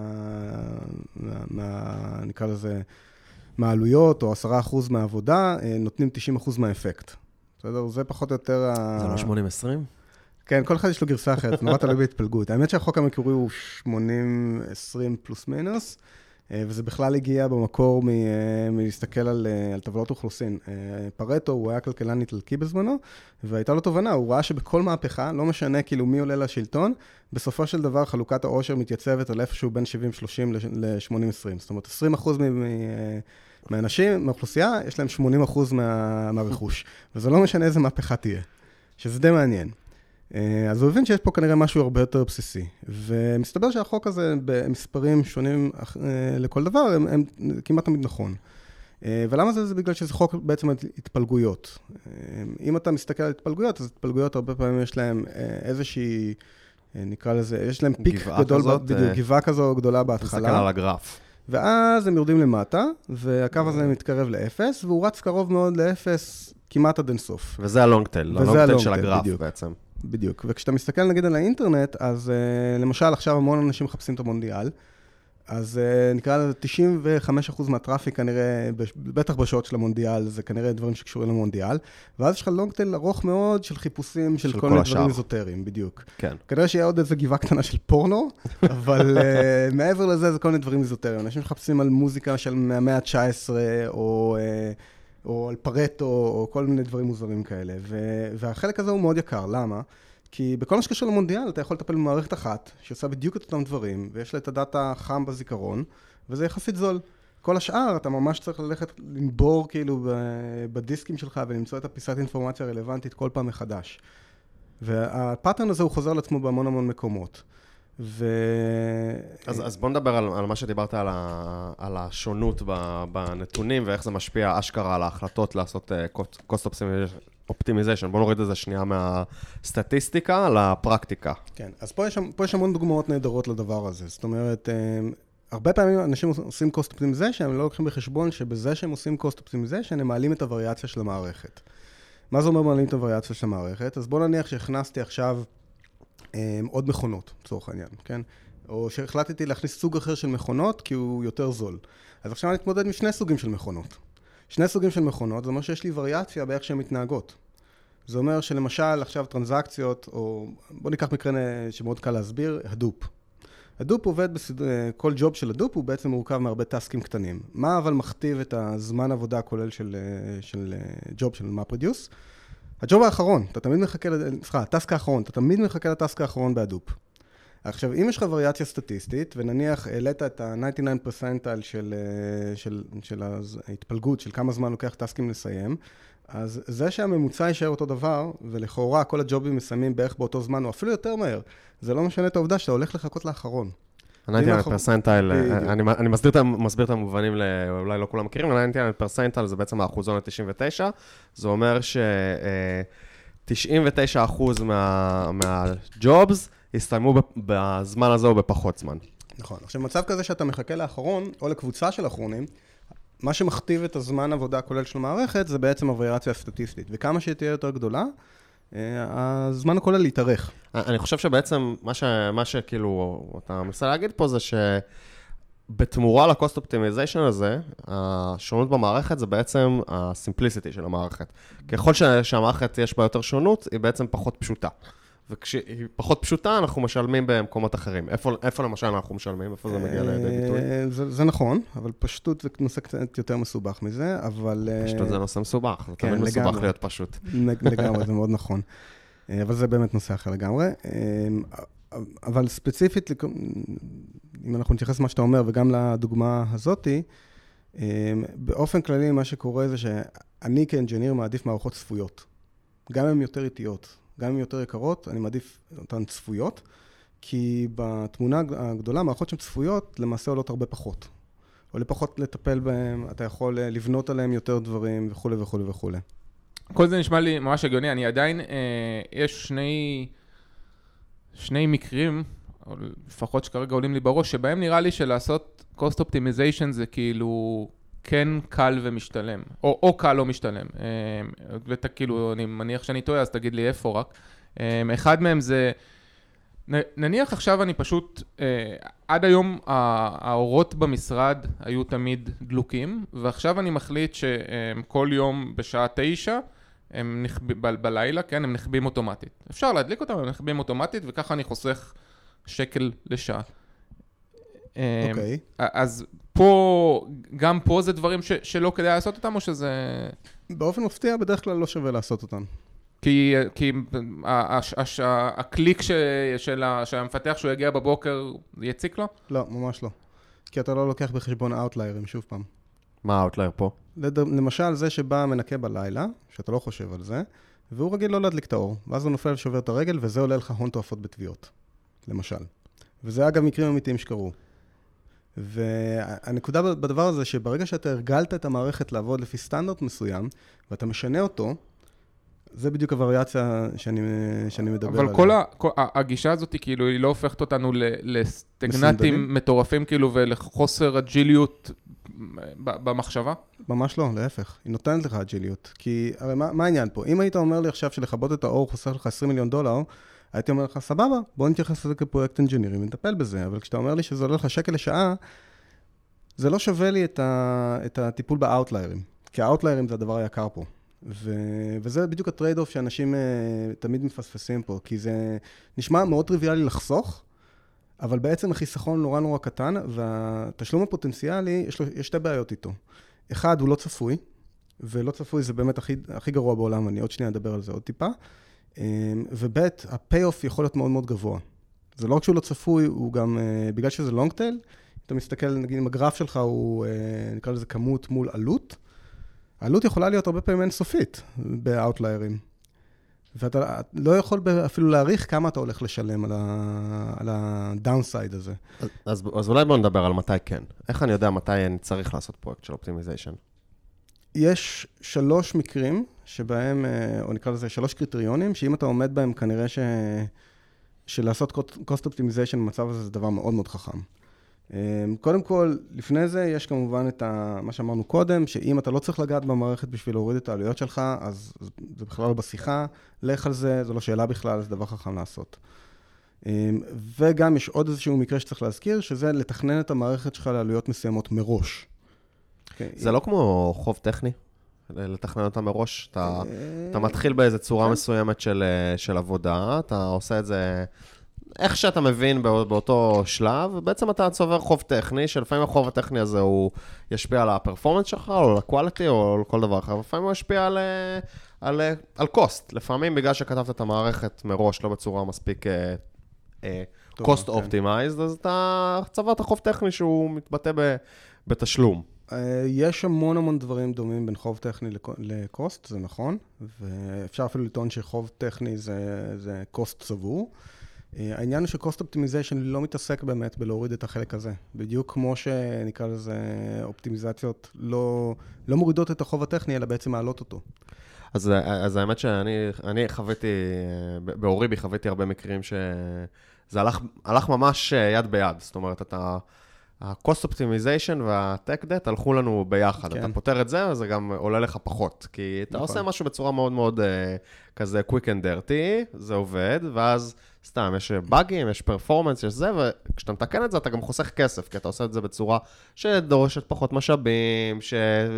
מה, נקרא לזה, מהעלויות, או עשרה אחוז מהעבודה, נותנים תשעים אחוז מהאפקט. בסדר? זה פחות או יותר... זה לא שמונים עשרים? כן, כל אחד יש לו גרסה אחרת, נורא תלוי בהתפלגות. האמת שהחוק המקורי הוא שמונים עשרים פלוס מינוס, וזה בכלל הגיע במקור מלהסתכל על, על טבלאות אוכלוסין. פרטו, הוא היה כלכלן איטלקי בזמנו, והייתה לו תובנה, הוא ראה שבכל מהפכה, לא משנה כאילו מי עולה לשלטון, בסופו של דבר חלוקת העושר מתייצבת על איפשהו בין שבעים שלושים ל-שמונים עשרים. זאת אומרת, עשרים אחוז מהאנשים, מהאוכלוסייה, יש להם שמונים אחוז מה, מהרכוש. וזה לא משנה איזה מהפכה תהיה, שזה די מעניין. אז הוא הבין שיש פה כנראה משהו הרבה יותר בסיסי, ומסתבר שהחוק הזה במספרים שונים לכל דבר, הם, הם כמעט תמיד נכון. ולמה זה? זה בגלל שזה חוק בעצם התפלגויות. אם אתה מסתכל על התפלגויות, אז התפלגויות הרבה פעמים יש להם איזושהי, נקרא לזה, יש להם פיק גדול, כזאת, בדיוק, גבעה כזו גדולה בהתחלה. תסתכל על הגרף. ואז הם יורדים למטה, והקו הזה מתקרב לאפס, והוא רץ קרוב מאוד לאפס כמעט עד אינסוף. וזה הלונג טייל, הלונג טייל של הגרף בעצם. בדיוק, וכשאתה מסתכל נגיד על האינטרנט, אז uh, למשל עכשיו המון אנשים מחפשים את המונדיאל, אז uh, נקרא לזה תשעים וחמישה אחוז מהטראפיק כנראה, בטח בשעות של המונדיאל, זה כנראה דברים שקשורים למונדיאל, ואז יש לך לונג טייל ארוך מאוד של חיפושים של, של כל מיני דברים איזוטריים, בדיוק. כן. כנראה שיהיה עוד איזה גבעה קטנה של פורנו, אבל uh, מעבר לזה זה כל מיני דברים איזוטריים. אנשים מחפשים על מוזיקה של מהמאה ה-תשע עשרה, או... Uh, או על פרטו, או כל מיני דברים מוזרים כאלה. והחלק הזה הוא מאוד יקר. למה? כי בכל מה שקשור למונדיאל, אתה יכול לטפל במערכת אחת, שעושה בדיוק את אותם דברים, ויש לה את הדאטה חם בזיכרון, וזה יחסית זול. כל השאר, אתה ממש צריך ללכת לנבור כאילו בדיסקים שלך, ולמצוא את הפיסת אינפורמציה הרלוונטית כל פעם מחדש. והפאטרן הזה הוא חוזר לעצמו בהמון המון מקומות. ו... אז, אז בוא נדבר על, על מה שדיברת על, ה, על השונות בנתונים, ואיך זה משפיע אשכרה על ההחלטות לעשות uh, cost optimization. בוא נוריד את זה שנייה מהסטטיסטיקה לפרקטיקה. כן, אז פה יש, פה יש המון דוגמאות נהדרות לדבר הזה. זאת אומרת, הרבה פעמים אנשים עושים cost optimization, הם לא לוקחים בחשבון שבזה שהם עושים cost optimization, הם מעלים את הווריאציה של המערכת. מה זה אומר מעלים את הווריאציה של המערכת? אז בוא נניח שהכנסתי עכשיו עוד מכונות, לצורך העניין, כן? או שהחלטתי להכניס סוג אחר של מכונות, כי הוא יותר זול. אז עכשיו אני אתמודד עם שני סוגים של מכונות. שני סוגים של מכונות, זה אומר שיש לי וריאציה באיך שהן מתנהגות. זה אומר שלמשל, עכשיו טרנזקציות, או בוא ניקח מקרה שמאוד קל להסביר, הדופ. הדופ עובד, בסד... כל ג'וב של הדופ הוא בעצם מורכב מהרבה טסקים קטנים. מה אבל מכתיב את הזמן עבודה הכולל של, של ג'וב של MapReduce? הג'וב האחרון, אתה תמיד מחכה, סליחה, הטסק האחרון, אתה תמיד מחכה לטסק האחרון בהדופ. עכשיו, אם יש לך וריאציה סטטיסטית, ונניח העלית את ה-תשעים ותשעה פרסנטייל של, של, של ההתפלגות, של כמה זמן לוקח טסקים לסיים, אז זה שהממוצע יישאר אותו דבר, ולכאורה כל הג'ובים מסיימים בערך באותו זמן, או אפילו יותר מהר, זה לא משנה את העובדה שאתה הולך לחכות לאחרון. ה-תשעים ותשעה פרסנטייל, אני מסביר את המובנים, אולי לא כולם מכירים, ה-תשעים ותשעה פרסנטייל זה בעצם האחוזון ל-תשעים ותשע, זה אומר ש-תשעים ותשעה אחוז מהג'ובס הסתיימו בזמן הזה או בפחות זמן. נכון. עכשיו, מצב כזה שאתה מחכה לאחרון, או לקבוצה של אחרונים, מה שמכתיב את הזמן עבודה הכולל של המערכת, זה בעצם הווריאציה הסטטיסטית. וכמה שתהיה יותר גדולה, הזמן הכולל יתארך. אני חושב שבעצם מה ש, מה שכאילו אתה מנסה להגיד פה זה שבתמורה לקוסט אופטימיזיישן הזה, השונות במערכת זה בעצם הסימפליסיטי של המערכת. ככל שהמערכת יש בה יותר שונות, היא בעצם פחות פשוטה. וכשהיא פחות פשוטה, אנחנו משלמים במקומות אחרים. איפה, איפה למשל אנחנו משלמים? איפה זה מגיע לידי ביטוי? זה, זה נכון, אבל פשטות זה נושא קצת יותר מסובך מזה, אבל... פשטות זה נושא מסובך, זה תמיד מסובך להיות פשוט. לגמרי, זה מאוד נכון. אבל זה באמת נושא אחר לגמרי. אבל ספציפית, אם אנחנו נתייחס למה שאתה אומר, וגם לדוגמה הזאתי, באופן כללי מה שקורה זה שאני כאנג'יניר מעדיף מערכות צפויות. גם הן יותר איטיות. גם אם יותר יקרות, אני מעדיף אותן צפויות, כי בתמונה הגדולה, מערכות שהן צפויות, למעשה עולות הרבה פחות. או לפחות לטפל בהן, אתה יכול לבנות עליהן יותר דברים, וכו' וכו' וכו'. כל זה נשמע לי ממש הגיוני. אני עדיין, אה, יש שני, שני מקרים, או לפחות שכרגע עולים לי בראש, שבהם נראה לי שלעשות cost optimization זה כאילו... כן קל ומשתלם, או, או קל לא משתלם. ואתה כאילו, אני מניח שאני טועה, אז תגיד לי איפה רק. אחד מהם זה, נניח עכשיו אני פשוט, עד היום האורות במשרד היו תמיד דלוקים, ועכשיו אני מחליט שכל יום בשעה תשע, הם נחב... ב- בלילה, כן, הם נחבים אוטומטית. אפשר להדליק אותם, הם נחבים אוטומטית, וככה אני חוסך שקל לשעה. אוקיי. אז פה, גם פה זה דברים ש, שלא כדאי לעשות אותם, או שזה... באופן מפתיע, בדרך כלל לא שווה לעשות אותם. כי, כי הקליק ש, של המפתח שהוא יגיע בבוקר, יציק לו? לא, ממש לא. כי אתה לא לוקח בחשבון האוטליירים, שוב פעם. מה האוטלייר פה? למשל, זה שבא מנקה בלילה, שאתה לא חושב על זה, והוא רגיל לא להדליק את האור, ואז הוא נופל ושובר את הרגל, וזה עולה לך הון תועפות בתביעות, למשל. וזה אגב מקרים אמיתיים שקרו. והנקודה בדבר הזה, שברגע שאתה הרגלת את המערכת לעבוד לפי סטנדרט מסוים, ואתה משנה אותו, זה בדיוק הווריאציה שאני, שאני מדבר עליה. אבל כל, ה, כל הגישה הזאת, כאילו, היא לא הופכת אותנו לסטגנטים מטורפים, כאילו, ולחוסר אג'יליות במחשבה? ממש לא, להפך. היא נותנת לך אג'יליות. כי, הרי מה, מה העניין פה? אם היית אומר לי עכשיו שלכבות את האור חוסך לך עשרים מיליון דולר, הייתי אומר לך, סבבה, בוא נתייחס לזה כפרויקט אנג'ינירי ונטפל בזה. אבל כשאתה אומר לי שזה עולה לך שקל לשעה, זה לא שווה לי את, ה, את הטיפול באוטליירים. כי האוטליירים זה הדבר היקר פה. ו... וזה בדיוק הטרייד-אוף שאנשים uh, תמיד מפספסים פה, כי זה נשמע מאוד טריוויאלי לחסוך, אבל בעצם החיסכון נורא נורא קטן, והתשלום הפוטנציאלי, יש, לו, יש שתי בעיות איתו. אחד, הוא לא צפוי, ולא צפוי זה באמת הכי, הכי גרוע בעולם, אני עוד שנייה אדבר על זה עוד טיפה, ובית, הפי-אוף יכול להיות מאוד מאוד גבוה. זה לא רק שהוא לא צפוי, הוא גם, uh, בגלל שזה לונג טייל, אתה מסתכל, נגיד, אם הגרף שלך הוא, uh, נקרא לזה כמות מול עלות, העלות יכולה להיות הרבה פעמים אינסופית באוטליירים. ואתה לא יכול אפילו להעריך כמה אתה הולך לשלם על הדאונסייד הזה. אז, אז, אז אולי בואו נדבר על מתי כן. איך אני יודע מתי אני צריך לעשות פרויקט של אופטימיזיישן? יש שלוש מקרים שבהם, או נקרא לזה שלוש קריטריונים, שאם אתה עומד בהם כנראה ש... שלעשות cost optimization במצב הזה זה דבר מאוד מאוד חכם. קודם כל, לפני זה יש כמובן את ה, מה שאמרנו קודם, שאם אתה לא צריך לגעת במערכת בשביל להוריד את העלויות שלך, אז זה בכלל לא בשיחה, לך על זה, זו לא שאלה בכלל, זה דבר חכם לעשות. וגם יש עוד איזשהו מקרה שצריך להזכיר, שזה לתכנן את המערכת שלך לעלויות מסוימות מראש. זה לא כמו חוב טכני? לתכנן אותה מראש? אתה, אתה מתחיל באיזו צורה מסוימת של, של עבודה, אתה עושה את זה... איך שאתה מבין באותו שלב, בעצם אתה צובר חוב טכני, שלפעמים החוב הטכני הזה הוא ישפיע על הפרפורמנס שלך, או על הקואליטי, או על כל דבר אחר, ולפעמים הוא ישפיע על, על, על קוסט. לפעמים בגלל שכתבת את המערכת מראש, לא בצורה מספיק cost optimized, אז אתה צברת חוב טכני שהוא מתבטא בתשלום. יש המון המון דברים דומים בין חוב טכני לקוסט, זה נכון, ואפשר אפילו לטעון שחוב טכני זה, זה קוסט צבור. העניין הוא שקוסט אופטימיזיישן לא מתעסק באמת בלהוריד את החלק הזה. בדיוק כמו שנקרא לזה אופטימיזציות לא, לא מורידות את החוב הטכני, אלא בעצם מעלות אותו. אז, אז האמת שאני אני חוויתי, באוריבי חוויתי הרבה מקרים שזה הלך, הלך ממש יד ביד. זאת אומרת, אתה... ה-cost optimization וה-tech debt הלכו לנו ביחד. כן. אתה פותר את זה, וזה גם עולה לך פחות. כי אתה נכון. עושה משהו בצורה מאוד מאוד uh, כזה quick and dirty, זה עובד, ואז סתם, יש באגים, יש פרפורמנס, יש זה, וכשאתה מתקן את זה, אתה גם חוסך כסף, כי אתה עושה את זה בצורה שדורשת פחות משאבים, ש...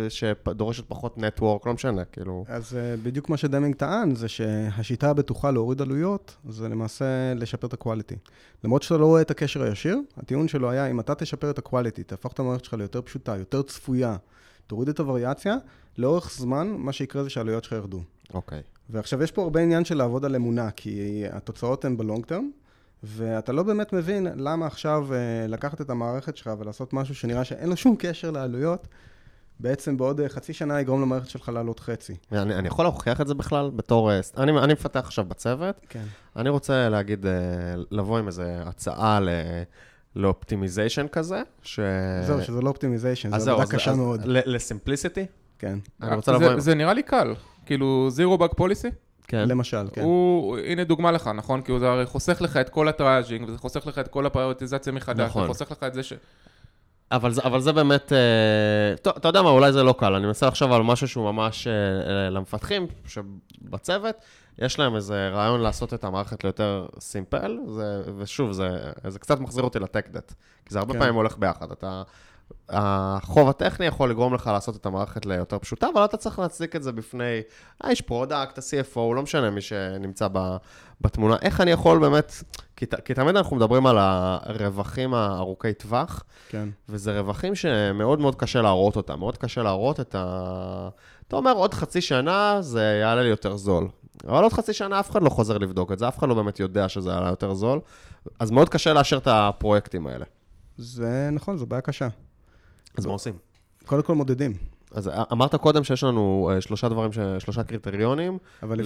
שדורשת פחות נטוורק, לא משנה, כאילו. אז uh, בדיוק מה שדמינג טען, זה שהשיטה הבטוחה להוריד עלויות, זה למעשה לשפר את הקואליטי. למרות שאתה לא רואה את הקשר הישיר, הטיעון שלו היה, אם אתה תשפר את הקואליטי, תהפוך את המערכת שלך ליותר פשוטה, יותר צפויה, תוריד את הווריאציה, לאורך זמן, מה שיקרה זה שהעלויות שלך ירדו. אוקיי. ועכשיו יש פה הרבה עניין של לעבוד על אמונה, כי התוצאות הן בלונג טרם, ואתה לא באמת מבין למה עכשיו לקחת את המערכת שלך ולעשות משהו שנראה שאין לו שום קשר לעלויות, בעצם בעוד חצי שנה יגרום למערכת שלך לעלות חצי. אני, אני יכול להוכיח את זה בכלל בתור... אני, אני מפתח עכשיו בצוות. כן. אני רוצה להגיד, לבוא עם איזו הצעה ל... לאופטימיזיישן כזה, ש... זהו, שזה לא אופטימיזיישן, זו עבודה קשה מאוד. לסימפליסיטי? כן. אני רוצה לבוא עם... זה נראה לי קל. כאילו, זירו באג פוליסי? כן. למשל, כן. הוא, הנה דוגמה לך, נכון? כי הוא הרי חוסך לך את כל הטראז'ינג, וזה חוסך לך את כל הפריוריטיזציה מחדש, נכון. וחוסך לך את זה ש... אבל זה, אבל זה באמת, אתה, אתה יודע מה, אולי זה לא קל. אני מנסה לחשוב על משהו שהוא ממש למפתחים, שבצוות, יש להם איזה רעיון לעשות את המערכת ליותר סימפל, זה, ושוב, זה, זה קצת מחזיר אותי לטק דט, כי זה הרבה כן. פעמים הולך ביחד. אתה, החוב הטכני יכול לגרום לך לעשות את המערכת ליותר פשוטה, אבל אתה צריך להצדיק את זה בפני, אה, יש פרודקט, ה-סי אף או, לא משנה מי שנמצא בתמונה. איך אני יכול באמת, כי, כי תמיד אנחנו מדברים על הרווחים הארוכי טווח, כן. וזה רווחים שמאוד מאוד קשה להראות אותם, מאוד קשה להראות את ה... אתה אומר, עוד חצי שנה זה יעלה לי יותר זול. אבל עוד חצי שנה אף אחד לא חוזר לבדוק את זה, אף אחד לא באמת יודע שזה יעלה יותר זול, אז מאוד קשה לאשר את הפרויקטים האלה. זה נכון, זו בעיה קשה. אז מה עושים? קודם כל מודדים. אז אמרת קודם שיש לנו שלושה דברים, שלושה קריטריונים. אבל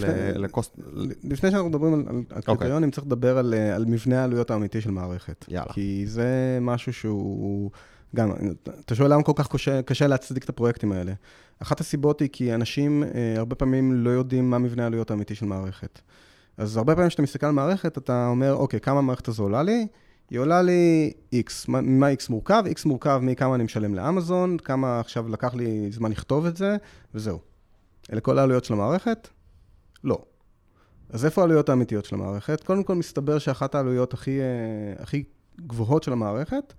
לפני שאנחנו מדברים על קריטריונים, צריך לדבר על מבנה העלויות האמיתי של מערכת. יאללה. כי זה משהו שהוא... גם, אתה שואל למה כל כך קשה להצדיק את הפרויקטים האלה. אחת הסיבות היא כי אנשים הרבה פעמים לא יודעים מה מבנה העלויות האמיתי של מערכת. אז הרבה פעמים כשאתה מסתכל על מערכת, אתה אומר, אוקיי, כמה המערכת הזו עולה לי? היא עולה לי X. מה X מורכב? X מורכב מכמה אני משלם לאמזון, כמה עכשיו לקח לי זמן לכתוב את זה, וזהו. אלה כל העלויות של המערכת? לא. אז איפה העלויות האמיתיות של המערכת? קודם כל מסתבר שאחת העלויות הכי, הכי גבוהות של המערכת,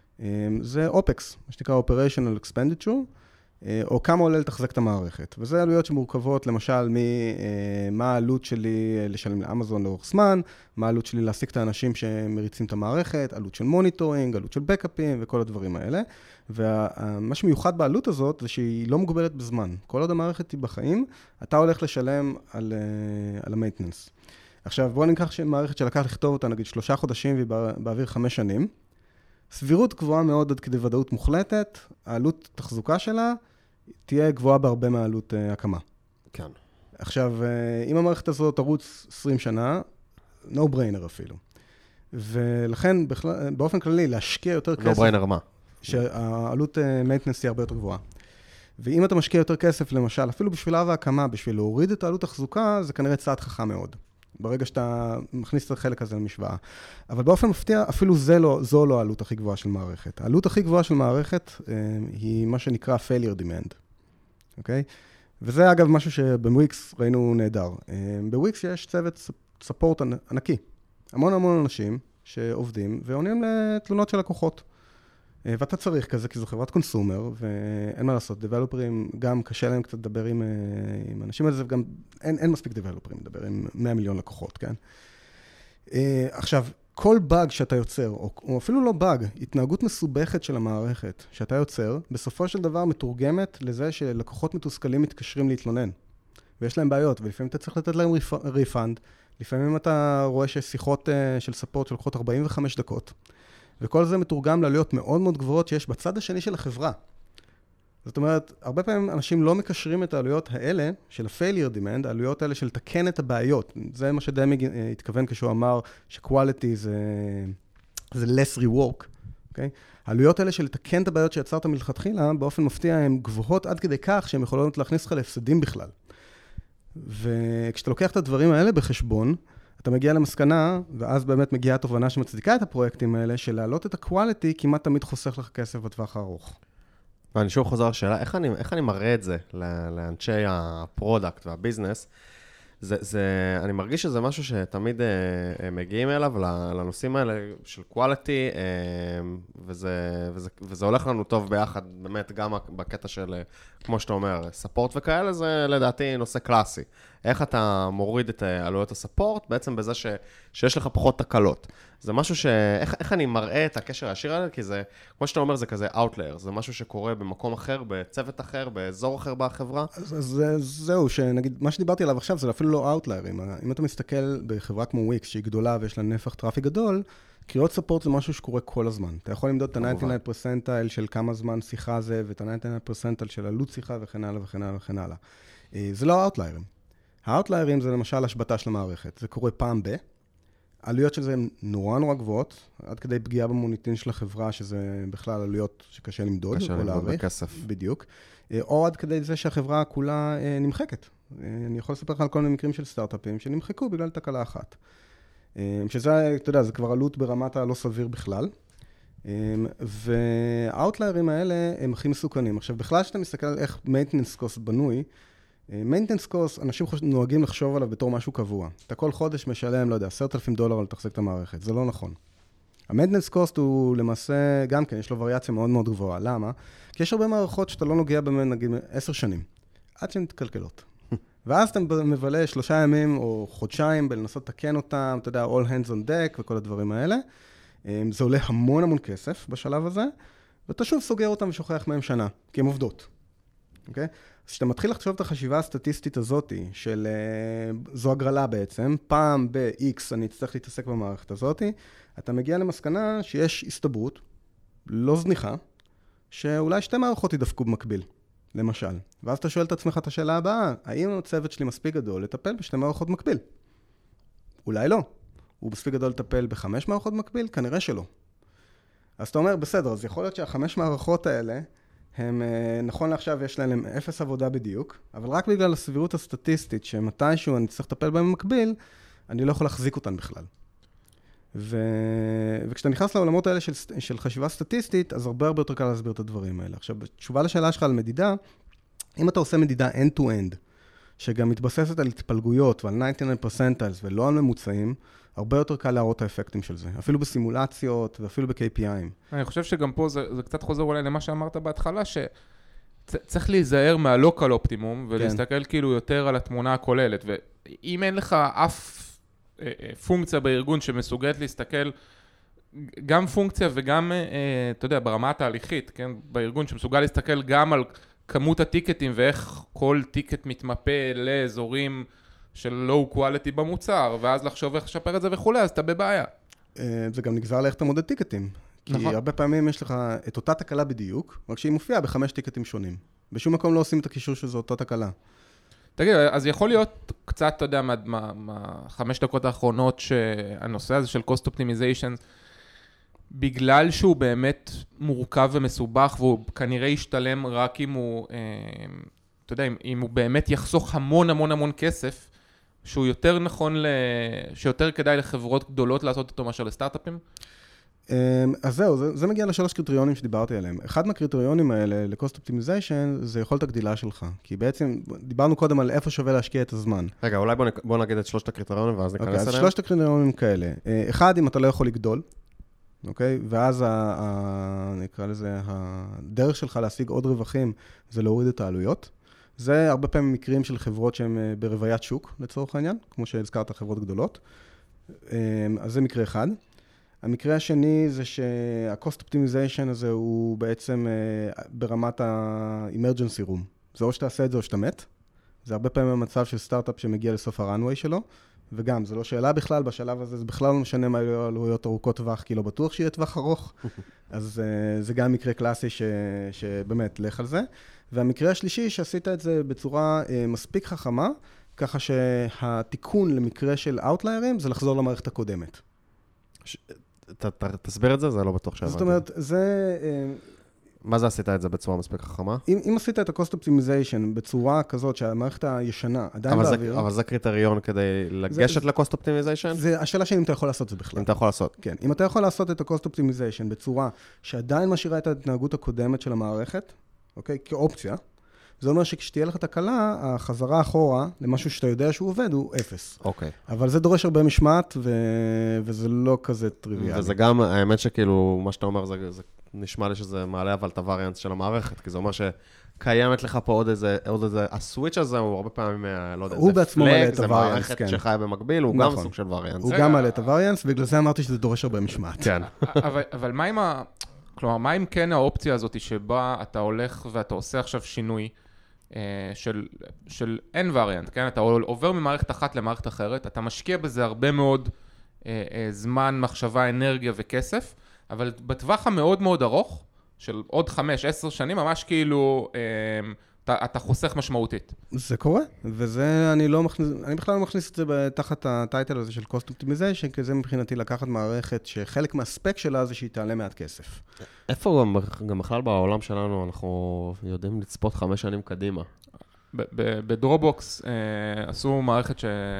זה אופקס, מה שנקרא Operational Expenditure, או כמה עולה לתחזק את המערכת. וזה עלויות שמורכבות, למשל, מה העלות שלי לשלם לאמזון לאורך זמן, מה העלות שלי להעסיק את האנשים שמריצים את המערכת, עלות של מוניטורינג, עלות של בקאפים וכל הדברים האלה. ומה שמיוחד בעלות הזאת זה שהיא לא מוגבלת בזמן. כל עוד המערכת היא בחיים, אתה הולך לשלם על, על המייטננס. עכשיו, בואו ניקח שמערכת שלקח לכתוב אותה, נגיד שלושה חודשים והיא באוויר חמש שנים, סבירות גבוהה מאוד עד כדי ודאות מוחלטת, העלות תחזוקה שלה תהיה גבוהה בהרבה מהעלות uh, הקמה. כן. עכשיו, uh, אם המערכת הזאת תרוץ עשרים שנה, no brainer אפילו. ולכן, בכלל, באופן כללי, להשקיע יותר כסף... no brainer מה? שהעלות uh, maintenance היא הרבה יותר גבוהה. ואם אתה משקיע יותר כסף, למשל, אפילו בשביל ההקמה, בשביל להוריד את העלות תחזוקה, זה כנראה צעד חכם מאוד. ברגע שאתה מכניס את החלק הזה למשוואה. אבל באופן מפתיע, אפילו זה לא, זו לא העלות הכי גבוהה של מערכת. העלות הכי גבוהה של מערכת אה, היא מה שנקרא failure demand. אוקיי? וזה אגב משהו שבוויקס ראינו נהדר. אה, בוויקס יש צוות ספורט ענקי. המון המון אנשים שעובדים ועונים לתלונות של לקוחות. אה, ואתה צריך כזה, כי זו חברת קונסומר, ואין מה לעשות. דבלופרים, גם קשה להם קצת לדבר עם, עם אנשים על זה, וגם אין, אין מספיק דבלופרים לדבר עם מאה מיליון לקוחות, כן? אה, עכשיו, כל באג שאתה יוצר, או, או אפילו לא באג, התנהגות מסובכת של המערכת שאתה יוצר, בסופו של דבר מתורגמת לזה שלקוחות מתוסכלים מתקשרים להתלונן. ויש להם בעיות, ולפעמים אתה צריך לתת להם ריפנד, לפעמים אתה רואה ששיחות של ספורט שלוקחות ארבעים וחמש דקות, וכל זה מתורגם לעלויות מאוד מאוד גבוהות שיש בצד השני של החברה. זאת אומרת, הרבה פעמים אנשים לא מקשרים את העלויות האלה של ה-failure demand, העלויות האלה של לתקן את הבעיות. זה מה שדמי התכוון כשהוא אמר ש-quality זה, זה less rework. Okay? העלויות האלה של לתקן את הבעיות שיצרת מלכתחילה, באופן מפתיע הן גבוהות עד כדי כך שהן יכולות להכניס לך להפסדים בכלל. וכשאתה לוקח את הדברים האלה בחשבון, אתה מגיע למסקנה, ואז באמת מגיעה התובנה שמצדיקה את הפרויקטים האלה, של להעלות את ה-quality כמעט תמיד חוסך לך כסף בטווח הארוך. ואני שוב חוזר לשאלה, איך אני, איך אני מראה את זה לאנשי הפרודקט והביזנס? זה, זה, אני מרגיש שזה משהו שתמיד אה, מגיעים אליו, לנושאים האלה של quality, אה, וזה, וזה, וזה הולך לנו טוב ביחד, באמת, גם בקטע של, כמו שאתה אומר, ספורט וכאלה, זה לדעתי נושא קלאסי. איך אתה מוריד את עלויות הספורט? בעצם בזה ש, שיש לך פחות תקלות. זה משהו ש... איך, איך אני מראה את הקשר הישיר הזה? כי זה, כמו שאתה אומר, זה כזה outlier. זה משהו שקורה במקום אחר, בצוות אחר, באזור אחר בחברה. אז, אז זהו, שנגיד, מה שדיברתי עליו עכשיו זה אפילו לא outlier. אם, אם אתה מסתכל בחברה כמו וויקס, שהיא גדולה ויש לה נפח טראפיק גדול, קריאות ספורט זה משהו שקורה כל הזמן. אתה יכול למדוד את ה-תשעים ותשע פרסנטייל של כמה זמן שיחה זה, ואת ה-תשעים ותשע פרסנטייל של עלות שיחה וכן הלאה וכן הלאה וכן הלאה. זה לא outlier. האוטליירים זה למשל השבטה של המערכת. זה קורה פעם ב. העלויות של זה הן נורא נורא גבוהות, עד כדי פגיעה במוניטין של החברה, שזה בכלל עלויות שקשה למדוד. קשה למדוד בכסף. בדיוק. או עד כדי זה שהחברה כולה נמחקת. אני יכול לספר לך על כל מיני מקרים של סטארט-אפים שנמחקו בגלל תקלה אחת. שזה, אתה יודע, זה כבר עלות ברמת הלא סביר בכלל. והאוטליירים האלה הם הכי מסוכנים. עכשיו, בכלל שאתה מסתכל על איך maintenance cost בנוי, maintenance cost, אנשים נוהגים לחשוב עליו בתור משהו קבוע. אתה כל חודש משלם, לא יודע, עשרת אלפים דולר על תחזק את המערכת. זה לא נכון. ה-maintenance cost הוא למעשה, גם כן, יש לו וריאציה מאוד מאוד גבוהה. למה? כי יש הרבה מערכות שאתה לא נוגע בהן, נגיד, עשר שנים. עד שהן מתקלקלות. ואז אתה מבלה שלושה ימים או חודשיים בלנסות לתקן אותם, אתה יודע, all hands on deck וכל הדברים האלה. זה עולה המון המון כסף בשלב הזה, ואתה שוב סוגר אותם ושוכח מהם שנה, כי הן עובדות. אוקיי? אז כשאתה מתחיל לחשוב את החשיבה הסטטיסטית הזאת, של זו הגרלה בעצם, פעם ב-X אני אצטרך להתעסק במערכת הזאת, אתה מגיע למסקנה שיש הסתברות, לא זניחה, שאולי שתי מערכות ידפקו במקביל, למשל. ואז אתה שואל את עצמך את השאלה הבאה, האם הצוות שלי מספיק גדול לטפל בשתי מערכות מקביל? אולי לא. הוא מספיק גדול לטפל בחמש מערכות מקביל? כנראה שלא. אז אתה אומר, בסדר, אז יכול להיות שהחמש מערכות האלה, הם, נכון לעכשיו יש להם אפס עבודה בדיוק, אבל רק בגלל הסבירות הסטטיסטית, שמתישהו אני צריך לטפל בהם במקביל, אני לא יכול להחזיק אותן בכלל. ו... וכשאתה נכנס לעולמות האלה של, של חשיבה סטטיסטית, אז הרבה הרבה יותר קל להסביר את הדברים האלה. עכשיו, בתשובה לשאלה שלך על מדידה, אם אתה עושה מדידה end-to-end, שגם מתבססת על התפלגויות ועל תשעים ותשע פרסנטיילס ולא על ממוצעים, הרבה יותר קל להראות את האפקטים של זה, אפילו בסימולציות ואפילו ב-K P I. אני חושב שגם פה זה, זה קצת חוזר אולי למה שאמרת בהתחלה, שצריך להיזהר מהלוקל אופטימום, ולהסתכל כאילו יותר על התמונה הכוללת, ואם אין לך אף פונקציה בארגון שמסוגלת להסתכל, גם פונקציה וגם, אתה יודע, ברמה התהליכית, כן, בארגון שמסוגל להסתכל גם על כמות הטיקטים ואיך כל טיקט מתמפה לאזורים של לואו קואליטי במוצר, ואז לחשוב איך לשפר את זה וכולי, אז אתה בבעיה. זה גם נגזר לאיך אתה מודד טיקטים. כי הרבה פעמים יש לך את אותה תקלה בדיוק, רק שהיא מופיעה בחמש טיקטים שונים. בשום מקום לא עושים את הקישור שזו אותה תקלה. תגיד, אז יכול להיות קצת, אתה יודע, מהחמש דקות האחרונות שהנושא הזה של cost optimization, בגלל שהוא באמת מורכב ומסובך, והוא כנראה ישתלם רק אם הוא, אתה יודע, אם הוא באמת יחסוך המון המון המון כסף, שהוא יותר נכון, שיותר כדאי לחברות גדולות לעשות אותו מאשר לסטארט-אפים? אז זהו, זה, זה מגיע לשלוש קריטריונים שדיברתי עליהם. אחד מהקריטריונים האלה, ל-cost optimization, זה יכולת הגדילה שלך. כי בעצם, דיברנו קודם על איפה שווה להשקיע את הזמן. רגע, אולי בוא, בוא נגיד את שלושת הקריטריונים, ואז ניכנס אליהם. אז שלושת הקריטריונים כאלה. אחד, אם אתה לא יכול לגדול, אוקיי? ואז, ה, ה, נקרא לזה, הדרך שלך להשיג עוד רווחים, זה להוריד את העלויות. זה הרבה פעמים מקרים של חברות שהן ברוויית שוק, לצורך העניין, כמו שהזכרת חברות גדולות. אז זה מקרה אחד. המקרה השני זה שה-cost optimization הזה הוא בעצם ברמת ה-emergency room. זה או שאתה עושה את זה או שאתה מת. זה הרבה פעמים המצב של סטארט-אפ שמגיע לסוף הרנווי שלו, וגם, זה לא שאלה בכלל, בשלב הזה זה בכלל לא משנה מה יהיו עלויות ארוכות טווח, כי לא בטוח שיהיה טווח ארוך, אז זה גם מקרה קלאסי ש, שבאמת, לך על זה. והמקרה השלישי, שעשית את זה בצורה מספיק חכמה, ככה שהתיקון למקרה של אאוטליירים, זה לחזור למערכת הקודמת. ש... ת, ת, תסביר את זה, זה לא בטוח שעבדתי. זאת אומרת, זה... מה זה עשית את זה בצורה מספיק חכמה? אם, אם עשית את ה-cost optimization בצורה כזאת שהמערכת הישנה עדיין אבל באוויר... זה, אבל זה קריטריון כדי לגשת זה, ל-cost optimization? זה השאלה שאם אתה יכול לעשות זה בכלל. אם אתה יכול לעשות. כן, אם אתה יכול לעשות את ה-cost optimization בצורה שעדיין משאירה את ההתנהגות הקודמת של המערכת, אוקיי, כאופציה, זה אומר שכשתהיה לך תקלה, החזרה אחורה למשהו שאתה יודע שהוא עובד הוא אפס. אוקיי. אבל זה דורש הרבה משמעת, ו... וזה לא כזה טריוויאלי. וזה גם, האמת שכאילו, מה שאתה אומר, זה, זה נשמע לי שזה מעלה אבל את הווריאנס של המערכת, כי זה אומר שקיימת לך פה עוד איזה, עוד איזה, הסוויץ' הזה הוא הרבה פעמים, לא יודע, הוא בעצמו מעלה את זה הווריאנס, מערכת כן. שחיה במקביל, הוא נכון. גם סוג של ווריאנס. הוא גם מעלה את הווריאנס, בגלל זה אמרתי שזה דורש הרבה משמעת. כן. אבל, אבל מה עם ה... כלומר, מה אם כן האופציה הזאת שבה אתה הולך ואתה עושה עכשיו שינוי, של, של אין וריאנט, כן? אתה עובר ממערכת אחת למערכת אחרת, אתה משקיע בזה הרבה מאוד אה, אה, זמן, מחשבה, אנרגיה וכסף, אבל בטווח המאוד מאוד ארוך, של עוד חמש, עשר שנים, ממש כאילו אה, אתה, אתה חוסך משמעותית. זה קורה, וזה אני לא מכניס, אני בכלל לא מכניס את זה תחת הטייטל הזה של cost optimization, כי זה מבחינתי לקחת מערכת שחלק מהספק שלה זה שהיא תעלה מעט כסף. איפה גם, גם בכלל בעולם שלנו אנחנו יודעים לצפות חמש שנים קדימה? בדרופבוקס עשו מערכת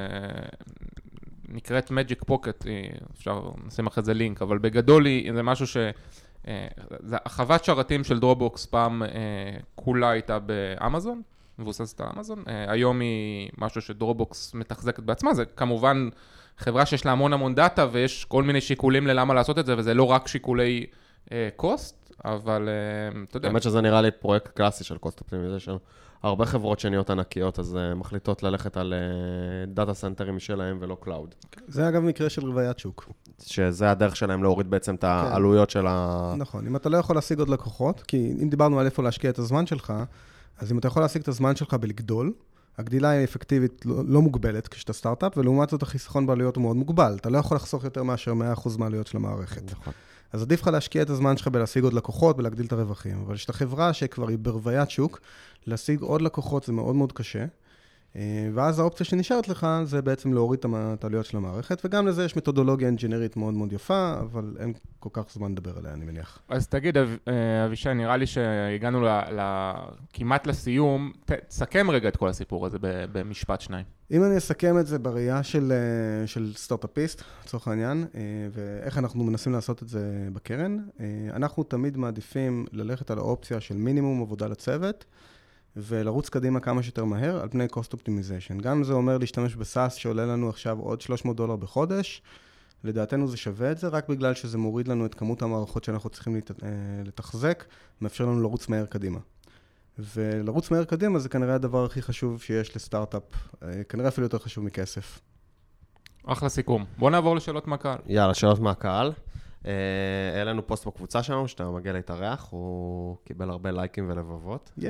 שנקראת Magic Pocket, אפשר נשים אחרי זה לינק, אבל בגדול זה משהו ש... החוות שרתים של דרופבוקס פעם כולה הייתה באמזון, מבוססת על אמזון, היום היא משהו שדרופבוקס מתחזקת בעצמה, זה כמובן חברה שיש לה המון המון דאטה ויש כל מיני שיקולים ללמה לעשות את זה, וזה לא רק שיקולי קוסט, אבל אתה יודע. האמת שזה נראה לי פרויקט קלאסי של cost optimization. הרבה חברות שנהיות ענקיות, אז מחליטות ללכת על דאטה סנטרים שלהם ולא קלאוד. זה אגב מקרה של רוויית שוק. שזה הדרך שלהם להוריד בעצם את העלויות של ה... נכון, אם אתה לא יכול להשיג עוד לקוחות, כי אם דיברנו על איפה להשקיע את הזמן שלך, אז אם אתה יכול להשיג את הזמן שלך בלגדול, הגדילה היא אפקטיבית לא, לא מוגבלת כשאתה סטארט-אפ, ולעומת זאת החיסכון בעלויות הוא מאוד מוגבל. אתה לא יכול לחסוך יותר מאשר מאה אחוז מהעלויות של המערכת. נכון. אז עדיף לך להשקיע את הזמן שלך בלהשיג עוד לקוחות, בלהגדיל את הרווחים. אבל כשאתה חברה שכבר היא ברוויית שוק, להשיג עוד לקוחות זה מאוד מאוד קשה. ואז האופציה שנשארת לך זה בעצם להוריד את העלויות של המערכת, וגם לזה יש מתודולוגיה אנג'ינרית מאוד מאוד יפה, אבל אין כל כך זמן לדבר עליה, אני מניח. אז תגיד, אבישי, נראה לי שהגענו ל, ל, כמעט לסיום, תסכם רגע את כל הסיפור הזה במשפט שניים. אם אני אסכם את זה בראייה של, של סטארט-אפיסט, לצורך העניין, ואיך אנחנו מנסים לעשות את זה בקרן, אנחנו תמיד מעדיפים ללכת על האופציה של מינימום עבודה לצוות, ולרוץ קדימה כמה שיותר מהר על פני cost optimization. גם זה אומר להשתמש בסאס שעולה לנו עכשיו עוד שלוש מאות דולר בחודש, לדעתנו זה שווה את זה, רק בגלל שזה מוריד לנו את כמות המערכות שאנחנו צריכים לתחזק, מאפשר לנו לרוץ מהר קדימה. ולרוץ מהר קדימה זה כנראה הדבר הכי חשוב שיש לסטארט-אפ, כנראה אפילו יותר חשוב מכסף. אחלה סיכום. בוא נעבור לשאלות מהקהל. יאללה, שאלות מהקהל. היה לנו פוסט בקבוצה שלנו, שאתה מגיע להתארח, הוא קיבל הרבה לייקים ולבבות. ייי.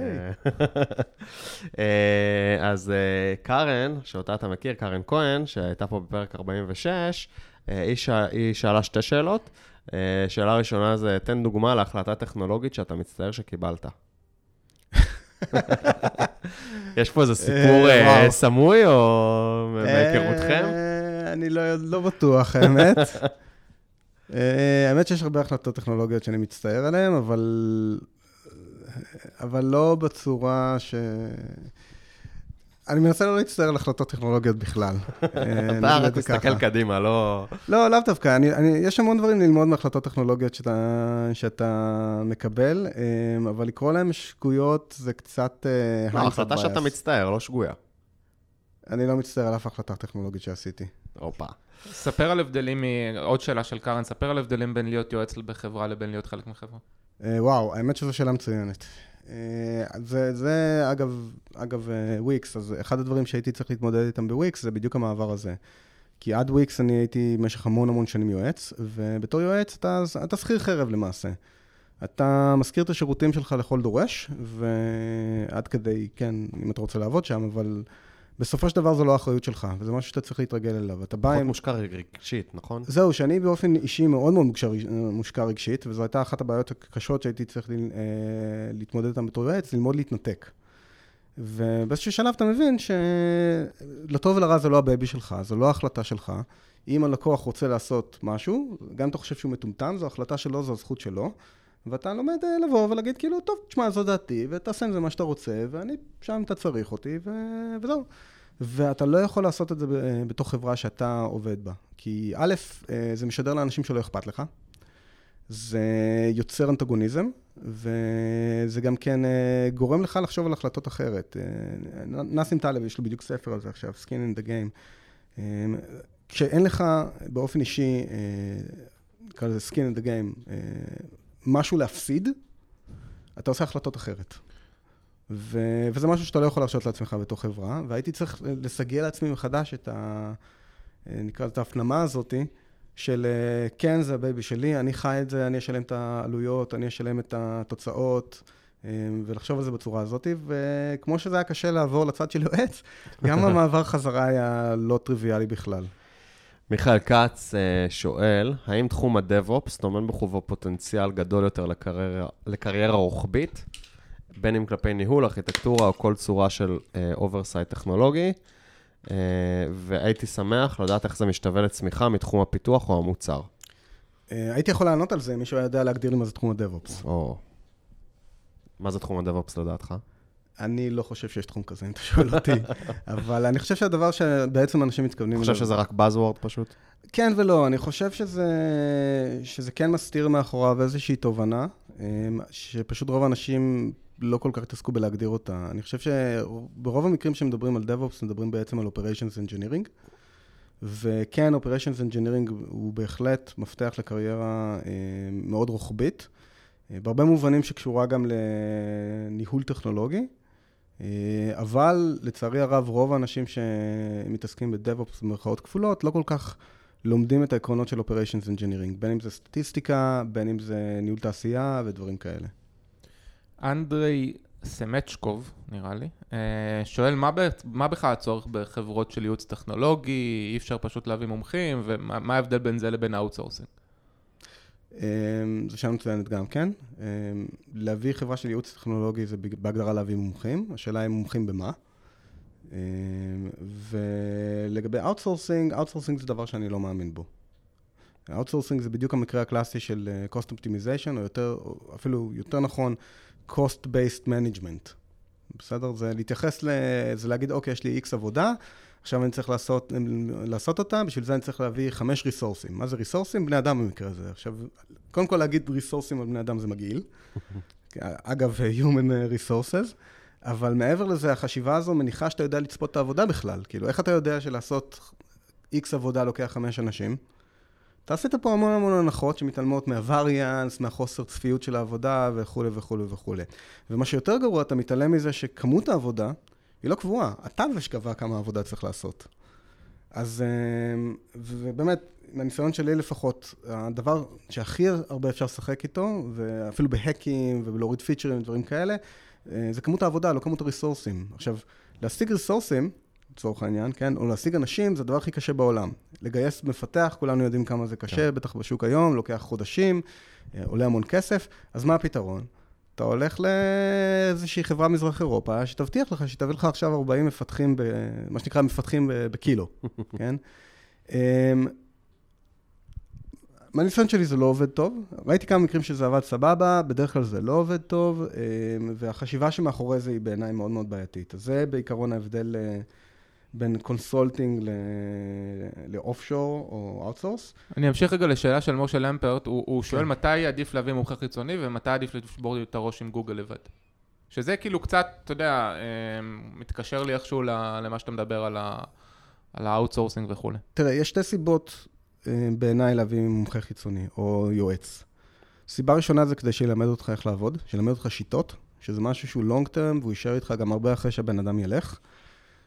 אז קארן, שאותה אתה מכיר, קארן כהן, שהייתה פה בפרק ארבעים ושש, היא שאלה שתי שאלות. שאלה ראשונה זה, תן דוגמה להחלטה טכנולוגית שאתה מצטער שקיבלת. יש פה איזה סיפור סמוי או מהיכרותכם? אני לא בטוח, האמת. האמת שיש הרבה החלטות טכנולוגיות שאני מצטער עליהן, אבל אבל לא בצורה ש... אני מנסה לא להצטער על החלטות טכנולוגיות בכלל. אתה רק מסתכל קדימה, לא... לא, לאו דווקא. יש המון דברים ללמוד מהחלטות טכנולוגיות שאתה מקבל, אבל לקרוא להם שגויות זה קצת... ההחלטה שאתה מצטער, לא שגויה. אני לא מצטער על אף החלטה טכנולוגית שעשיתי. אופה. ספר על הבדלים, עוד שאלה של קארן, ספר על הבדלים בין להיות יועץ בחברה לבין להיות חלק מחברה. וואו, האמת שזו שאלה מצוינת. זה, זה אגב, אגב, וויקס, אז אחד הדברים שהייתי צריך להתמודד איתם בוויקס זה בדיוק המעבר הזה. כי עד וויקס אני הייתי במשך המון המון שנים יועץ, ובתור יועץ אתה, אתה שכיר חרב למעשה. אתה מזכיר את השירותים שלך לכל דורש, ועד כדי, כן, אם אתה רוצה לעבוד שם, אבל בסופו של דבר זו לא האחריות שלך, וזה משהו שאתה צריך להתרגל אליו. אתה בא עם... מושקע רגשית, נכון? זהו, שאני באופן אישי מאוד מאוד מושקע רגשית, וזו הייתה אחת הבעיות הקשות שהייתי צריך להתמודד איתן בתור יועץ, ללמוד להתנתק. ובאיזשהו שלב אתה מבין שלטוב ולרע זה לא הבייבי שלך, זו לא ההחלטה שלך. אם הלקוח רוצה לעשות משהו, גם אתה חושב שהוא מטומטם, זו החלטה שלו, זו הזכות שלו, ואתה לומד לבוא ולהגיד כאילו, טוב, תשמע, זו דעתי, ותעשה עם זה מה שאתה רוצה, ואני שם אתה צריך אותי, ו... וזהו. ואתה לא יכול לעשות את זה בתוך חברה שאתה עובד בה. כי א', זה משדר לאנשים שלא אכפת לך, זה יוצר אנטגוניזם, וזה גם כן גורם לך לחשוב על החלטות אחרת. נסים טלב, יש לו בדיוק ספר על זה עכשיו, Skin in the Game. כשאין לך באופן אישי, נקרא לזה Skin in the Game, משהו להפסיד, אתה עושה החלטות אחרת. ו- וזה משהו שאתה לא יכול להרשות לעצמך בתוך חברה, והייתי צריך לסגל לעצמי מחדש את ה... נקרא את ההפנמה הזאת, של כן, זה הבייבי שלי, אני חי את זה, אני אשלם את העלויות, אני אשלם את התוצאות, ולחשוב על זה בצורה הזאת, וכמו שזה היה קשה לעבור לצד של יועץ, גם המעבר חזרה היה לא טריוויאלי בכלל. מיכאל קץ שואל, האם תחום ה-DevOps טומן בחובו פוטנציאל גדול יותר לקריירה, לקריירה רוחבית, בין אם כלפי ניהול, ארכיטקטורה או כל צורה של אוברסייט טכנולוגי, והייתי שמח לדעת איך זה משתווה לצמיחה מתחום הפיתוח או המוצר. הייתי יכול לענות על זה, מישהו יודע להגדיר לי מה זה תחום ה-DevOps. או, מה זה תחום ה-DevOps לדעתך? אני לא חושב שיש תחום כזה, אם אתה שואל אותי. אבל אני חושב שהדבר שבעצם אנשים מתכוונים... אתה חושב שזה רק Buzzword פשוט? כן ולא, אני חושב שזה, שזה כן מסתיר מאחוריו איזושהי תובנה, שפשוט רוב האנשים לא כל כך התעסקו בלהגדיר אותה. אני חושב שברוב המקרים שמדברים על DevOps, מדברים בעצם על Operations Engineering, וכן, Operations Engineering הוא בהחלט מפתח לקריירה מאוד רוחבית, בהרבה מובנים שקשורה גם לניהול טכנולוגי, אבל לצערי הרב, רוב האנשים שמתעסקים ב-DevOps במרכאות כפולות, לא כל כך לומדים את העקרונות של Operations Engineering, בין אם זה סטטיסטיקה, בין אם זה ניהול תעשייה ודברים כאלה. אנדרי סמצ'קוב, נראה לי, שואל מה, מה בכלל הצורך בחברות של ייעוץ טכנולוגי, אי אפשר פשוט להביא מומחים, ומה ההבדל בין זה לבין האוטסורסינג? זו שאלה מצוינת גם, כן. להביא חברה של ייעוץ טכנולוגי זה בהגדרה להביא מומחים, השאלה היא מומחים במה. ולגבי אאוטסורסינג, אאוטסורסינג זה דבר שאני לא מאמין בו. אאוטסורסינג זה בדיוק המקרה הקלאסי של cost optimization, או יותר, אפילו יותר נכון, cost-based management. בסדר? זה להתייחס, זה להגיד, אוקיי, יש לי X עבודה, עכשיו אני צריך לעשות, לעשות אותה, בשביל זה אני צריך להביא חמש ריסורסים. מה זה ריסורסים? בני אדם במקרה הזה. עכשיו, קודם כל להגיד ריסורסים על בני אדם זה מגעיל. אגב, human resources. אבל מעבר לזה, החשיבה הזו מניחה שאתה יודע לצפות את העבודה בכלל. כאילו, איך אתה יודע שלעשות X עבודה לוקח חמש אנשים? אתה עשית פה המון המון הנחות שמתעלמות מהווריאנס, מהחוסר צפיות של העבודה וכו' וכו' וכו'. ומה שיותר גרוע, אתה מתעלם מזה שכמות העבודה היא לא קבועה. אתה זה שקבע כמה עבודה צריך לעשות. אז, ובאמת, מהניסיון שלי לפחות, הדבר שהכי הרבה אפשר לשחק איתו, ואפילו בהקים ובלהוריד פיצ'רים ודברים כאלה, זה כמות העבודה, לא כמות הריסורסים. עכשיו, להשיג ריסורסים, לצורך העניין, כן, או להשיג אנשים, זה הדבר הכי קשה בעולם. לגייס מפתח, כולנו יודעים כמה זה קשה, בטח בשוק היום, לוקח חודשים, עולה המון כסף, אז מה הפתרון? אתה הולך לאיזושהי חברה מזרח אירופה, שתבטיח לך, שתביא לך עכשיו ארבעים מפתחים, מה שנקרא מפתחים בקילו, כן? מהניסיון שלי זה לא עובד טוב, ראיתי כמה מקרים שזה עבד סבבה, בדרך כלל זה לא עובד טוב, והחשיבה שמאחורי זה היא בעיניי מאוד מאוד בעייתית. אז זה בעיקרון ההבדל בין קונסולטינג לאופשור או אאוטסורס. אני אמשיך רגע לשאלה של משה למפרט, הוא, הוא שואל מתי עדיף להביא מומחה חיצוני ומתי עדיף לשבור את הראש עם גוגל לבד. שזה כאילו קצת, אתה יודע, מתקשר לי איכשהו למה שאתה מדבר על האאוטסורסינג וכו'. תראה, יש שתי סיבות בעיניי להביא מומחה חיצוני או יועץ. סיבה ראשונה זה כדי שילמד אותך איך לעבוד, שילמד אותך שיטות, שזה משהו שהוא long term והוא יישאר איתך גם הרבה אחרי שהבן אדם ילך.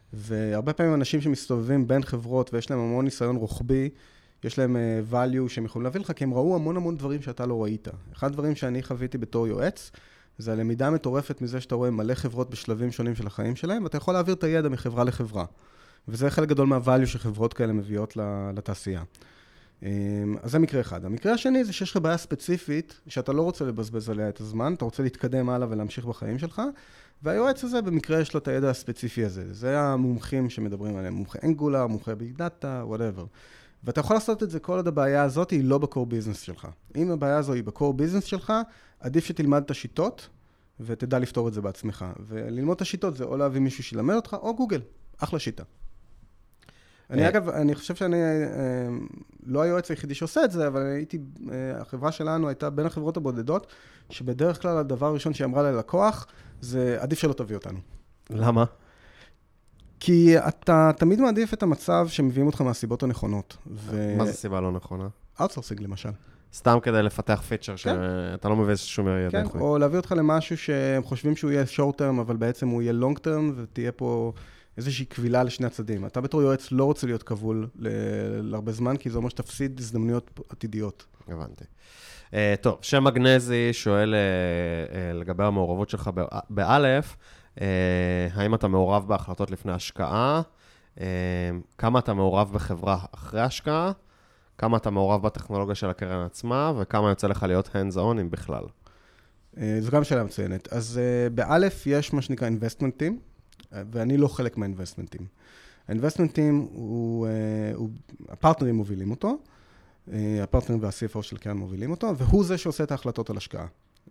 והרבה פעמים אנשים שמסתובבים בין חברות ויש להם המון ניסיון רוחבי, יש להם uh, value שהם יכולים להביא לך, כי הם ראו המון המון דברים שאתה לא ראית. אחד הדברים שאני חוויתי בתור יועץ, זה הלמידה מטורפת מזה שאתה רואה מלא חברות בשלבים שונים של החיים שלהם, ואתה יכול להעביר את הידע מחברה לחברה. וזה חלק גדול מה-value שחברות כאלה מביאות לתעשייה. אז זה מקרה אחד. המקרה השני זה שיש לך בעיה ספציפית, שאתה לא רוצה לבזבז עליה את הזמן, אתה רוצה להתקדם הלאה ולהמשיך בחיים שלך, והיועץ הזה במקרה יש לו את הידע הספציפי הזה. זה המומחים שמדברים עליהם, מומחי אנגולר, מומחי ביג דאטה, whatever. ואתה יכול לעשות את זה כל עוד הבעיה הזאת היא לא בקור ביזנס שלך. אם הבעיה הזו היא בקור ביזנס שלך, עדיף שתלמד את השיטות ותדע לפתור את זה בעצמך. וללמוד את השיטות זה או להביא מישהו שילמד אותך, או גוגל. אחלה שיטה. אני אגב, אני חושב שאני לא היועץ היחידי שעושה את זה, אבל הייתי, החברה שלנו הייתה בין החברות הבודדות, שבדרך כלל הדבר הראשון שהיא אמרה ללקוח, זה עדיף שלא תביא אותנו. למה? כי אתה תמיד מעדיף את המצב שמביאים אותך מהסיבות הנכונות. מה זה סיבה לא נכונה? אאוטסורסינג למשל. סתם כדי לפתח פיצ'ר שאתה לא מביא שום ידע. כן, או להביא אותך למשהו שהם חושבים שהוא יהיה short term, אבל בעצם הוא יהיה long term, ותהיה פה איזושהי קבילה לשני הצדדים. אתה בתור יועץ לא רוצה להיות כבול להרבה זמן, כי זה אומר שתפסיד הזדמנויות עתידיות. הבנתי. טוב, שם מגנזי שואל לגבי המעורבות שלך באלף, האם אתה מעורב בהחלטות לפני השקעה? כמה אתה מעורב בחברה אחרי השקעה? כמה אתה מעורב בטכנולוגיה של הקרן עצמה? וכמה יוצא לך להיות hands on אם בכלל? זו גם שאלה מצוינת. אז באלף יש מה שנקרא investmentים, ואני לא חלק מהאינבסטמנטים. האינבסטמנטים, הפרטנרים מובילים אותו, הפרטנרים וה-סי אף או של קרן מובילים אותו, והוא זה שעושה את ההחלטות על השקעה.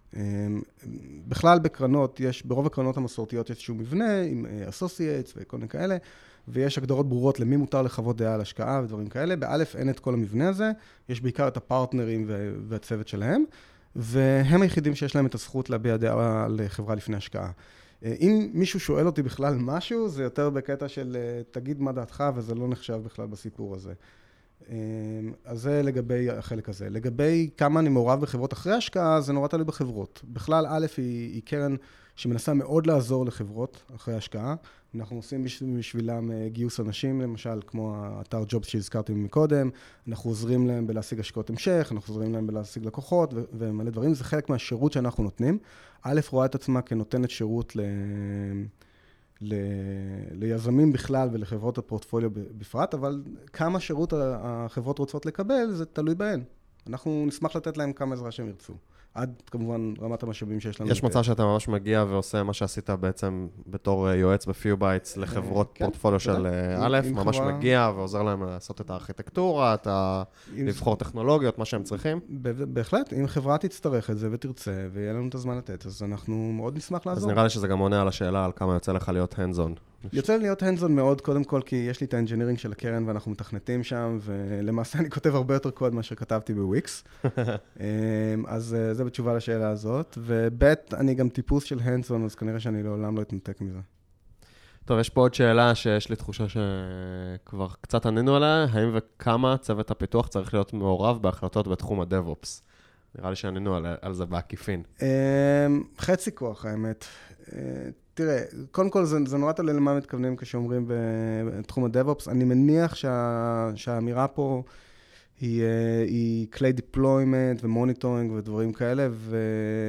בכלל בקרנות, יש, ברוב הקרנות המסורתיות יש איזשהו מבנה עם associates וכל מיני כאלה, ויש הגדרות ברורות למי מותר לחוות דעה על השקעה ודברים כאלה. באלף אין את כל המבנה הזה, יש בעיקר את הפרטנרים והצוות שלהם, והם היחידים שיש להם את הזכות להביע דעה על חברה לפני השקעה. אם מישהו שואל אותי בכלל משהו, זה יותר בקטע של תגיד מה דעתך, וזה לא נחשב בכלל בסיפור הזה. אז זה לגבי החלק הזה. לגבי כמה אני מעורב בחברות אחרי השקעה, זה נורא תלוי בחברות. בכלל, א' היא, היא קרן שמנסה מאוד לעזור לחברות אחרי השקעה. אנחנו עושים בשבילם גיוס אנשים, למשל, כמו האתר ג'ובס שהזכרתי מקודם. אנחנו עוזרים להם בלהשיג השקעות המשך, אנחנו עוזרים להם בלהשיג לקוחות ו- ומלא דברים. זה חלק מהשירות שאנחנו נותנים. א' רואה את עצמה כנותנת שירות ל... ל... ליזמים בכלל ולחברות הפורטפוליו בפרט, אבל כמה שירות החברות רוצות לקבל, זה תלוי בהן. אנחנו נשמח לתת להם כמה עזרה שהם ירצו. עד כמובן רמת המשאבים שיש לנו. יש מצב שאתה ממש מגיע ועושה מה שעשית בעצם בתור יועץ בפיו בייטס לחברות פורטפוליו של א', ממש מגיע ועוזר להם לעשות את הארכיטקטורה, לבחור טכנולוגיות, מה שהם צריכים. בהחלט, אם חברה תצטרך את זה ותרצה ויהיה לנו את הזמן לתת, אז אנחנו מאוד נשמח לעזור. אז נראה לי שזה גם עונה על השאלה על כמה יוצא לך להיות hands-on. יוצא לי להיות hands-on מאוד, קודם כל, כי יש לי את האנג'ינירינג של הקרן ואנחנו מתכנתים שם, ולמעשה אני כותב הרבה יותר קוד מאשר כתבתי בוויקס. אז זה בתשובה לשאלה הזאת. ובית, אני גם טיפוס של hands-on, אז כנראה שאני לעולם לא אתנתק מזה. טוב, יש פה עוד שאלה שיש לי תחושה שכבר קצת ענינו עליה. האם וכמה צוות הפיתוח צריך להיות מעורב בהחלטות בתחום ה-DevOps? נראה לי שענינו על, על זה בעקיפין. חצי כוח, האמת. תראה, קודם כל זה, זה נורא תלוי למה מתכוונים כשאומרים בתחום ה-DevOps. אני מניח שה, שהאמירה פה היא, היא כלי deployment ומוניטורינג ודברים כאלה, ו,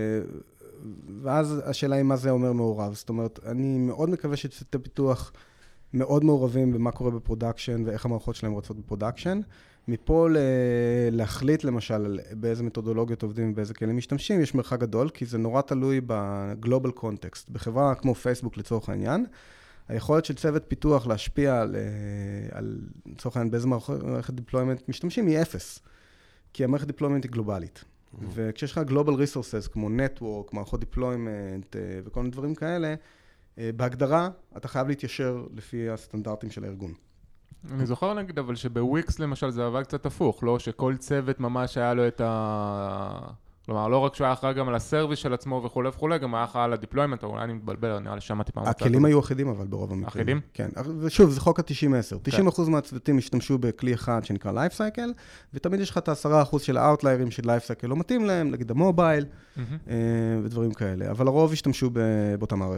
ואז השאלה היא מה זה אומר מעורב. זאת אומרת, אני מאוד מקווה שצוותי פיתוח מאוד מעורבים במה קורה בפרודקשן ואיך המערכות שלהם רוצות בפרודקשן. מפה להחליט למשל באיזה מתודולוגיות עובדים ובאיזה כלים משתמשים, יש מרחק גדול, כי זה נורא תלוי בגלובל קונטקסט. בחברה כמו פייסבוק לצורך העניין, היכולת של צוות פיתוח להשפיע על, על לצורך העניין באיזה מערכת דיפלוימנט משתמשים היא אפס, כי המערכת דיפלוימנט היא גלובלית. Mm-hmm. וכשיש לך גלובל ריסורסס כמו נטוורק, מערכות דיפלוימנט וכל מיני דברים כאלה, בהגדרה אתה חייב להתיישר לפי הסטנדרטים של הארגון. אני זוכר נגיד, אבל שבוויקס למשל זה עבד קצת הפוך, לא? שכל צוות ממש היה לו את ה... כלומר, לא רק שהוא היה אחראי גם על הסרוויס של עצמו וכו' וכו', גם היה אחראי על הדיפלוימנט, או אולי אני מתבלבל, נראה לי שמעתי פעם. הכלים היו אחידים, אבל ברוב המקרים. אחידים? כן. ושוב, זה חוק ה-תשעים עשר. תשעים אחוז מהצוותים השתמשו בכלי אחד שנקרא Life Cycle, ותמיד יש לך את ה-עשרה אחוז של האוטליירים של Life Cycle לא מתאים להם, נגיד המובייל, ודברים כאלה. אבל הרוב השתמשו באותה מערכת.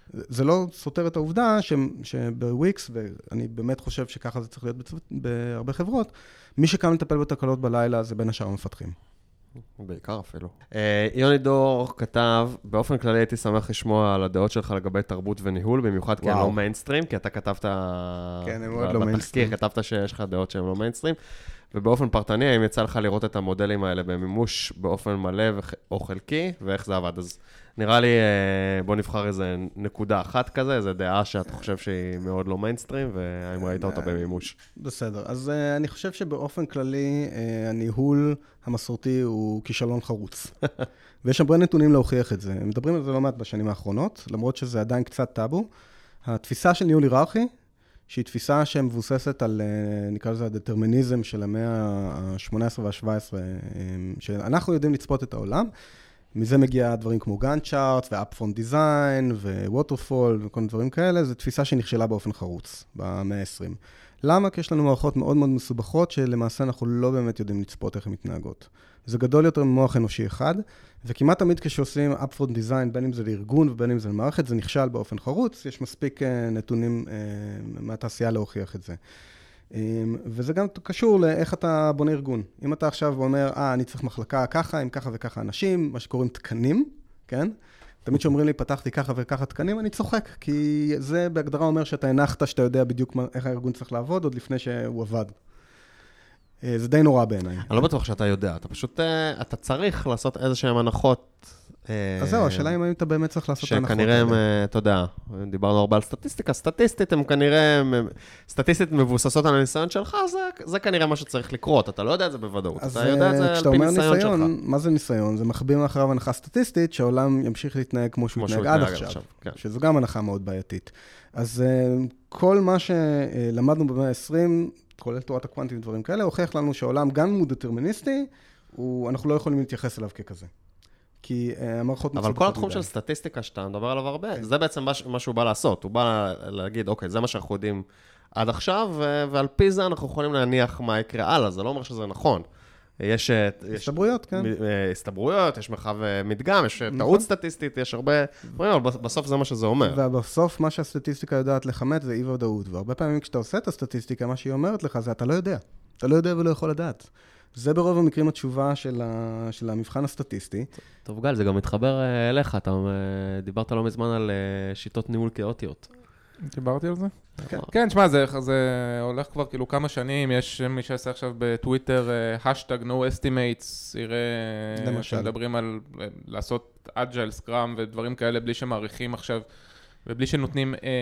זה לא סותר את העובדה שבוויקס, ואני באמת חושב שככה זה צריך להיות בהרבה חברות, מי שקם לטפל בתקלות בלילה זה בין השאר המפתחים. בעיקר אפילו. יוני דור כתב, באופן כללי הייתי שמח לשמוע על הדעות שלך לגבי תרבות וניהול, במיוחד כי אני לא מיינסטרים, כי אתה כתבת... כן, הם מאוד לא מיינסטרים. כתבת שיש לך דעות שהן לא מיינסטרים, ובאופן פרטני, האם יצא לך לראות את המודלים האלה במימוש באופן מלא או חלקי, ואיך זה עבד? אז נראה לי, בוא נבחר איזה נקודה אחת כזה, איזו דעה שאתה חושב שהיא מאוד לא מיינסטרים, והאם ראית אותה במימוש. בסדר, אז אני חושב שבאופן כללי, הניהול המסורתי הוא כישלון חרוץ. ויש הרבה נתונים להוכיח את זה. מדברים על זה לא מעט בשנים האחרונות, למרות שזה עדיין קצת טאבו. התפיסה של ניהול היררכי, שהיא תפיסה שמבוססת על, נקרא לזה, הדטרמיניזם של המאה ה-שמונה עשרה וה-שבע עשרה, שאנחנו יודעים לצפות את העולם. מזה מגיע דברים כמו גאנט צ'ארט, ו-upfront design, ו-waterfall, וכל דברים כאלה. זו תפיסה שנכשלה באופן חרוץ, במאה ה-עשרים. למה? כי יש לנו מערכות מאוד מאוד מסובכות, שלמעשה אנחנו לא באמת יודעים לצפות איך הן מתנהגות. זה גדול יותר ממוח אנושי אחד, וכמעט תמיד כשעושים upfront design, בין אם זה לארגון ובין אם זה למערכת, זה נכשל באופן חרוץ, יש מספיק נתונים מהתעשייה להוכיח את זה. וזה גם קשור לאיך אתה בונה ארגון. אם אתה עכשיו אומר, אה, אני צריך מחלקה ככה, עם ככה וככה אנשים, מה שקוראים תקנים, כן? תמיד שאומרים לי, פתחתי ככה וככה תקנים, אני צוחק, כי זה בהגדרה אומר שאתה הנחת, שאתה יודע בדיוק איך הארגון צריך לעבוד, עוד לפני שהוא עבד. זה די נורא בעיניי. אני לא בטוח שאתה יודע, אתה פשוט, אתה צריך לעשות איזשהם הנחות. אז זהו, השאלה אם אתה באמת צריך לעשות הנחות. שכנראה הם, אתה יודע, דיברנו הרבה על סטטיסטיקה, סטטיסטית הם כנראה, סטטיסטית מבוססות על הניסיון שלך, זה כנראה מה שצריך לקרות, אתה לא יודע את זה בוודאות, אתה יודע את זה על פי ניסיון שלך. מה זה ניסיון? זה מחביא מאחריו הנחה סטטיסטית, שהעולם ימשיך להתנהג כמו שהוא התנהג עד עכשיו, שזו גם הנחה מאוד בעייתית. אז כל מה שלמדנו במאה ה-עשרים, כולל תורת הקוונטים ודברים כאלה, הוכיח לנו שהעולם גם הוא דטרמיניסטי, אנחנו לא יכולים להתייחס אליו ככזה. כי המערכות... אבל כל התחום של סטטיסטיקה שאתה מדבר עליו הרבה, זה בעצם מה שהוא בא לעשות. הוא בא להגיד, אוקיי, זה מה שאנחנו יודעים עד עכשיו, ועל פי זה אנחנו יכולים להניח מה יקרה הלאה. זה לא אומר שזה נכון. יש... הסתברויות, כן. הסתברויות, יש מרחב מדגם, יש טעות סטטיסטית, יש הרבה... אבל בסוף זה מה שזה אומר. ובסוף מה שהסטטיסטיקה יודעת לכמת זה אי-ודאות. והרבה פעמים כשאתה עושה את הסטטיסטיקה, מה שהיא אומרת לך זה, אתה לא יודע. אתה לא יודע ולא יכול לדעת. זה ברוב המקרים התשובה של, ה... של המבחן הסטטיסטי. טוב, גל, זה גם מתחבר אליך. אתה דיברת לא מזמן על שיטות ניהול כאוטיות. דיברתי על זה? כן. כן, שמה, זה, זה הולך כבר כאילו כמה שנים. יש מי שעשה עכשיו בטוויטר, השטג no estimates, יראה שמדברים על לעשות אג'ייל, סקראם ודברים כאלה בלי שמעריכים עכשיו, ובלי שנותנים אה,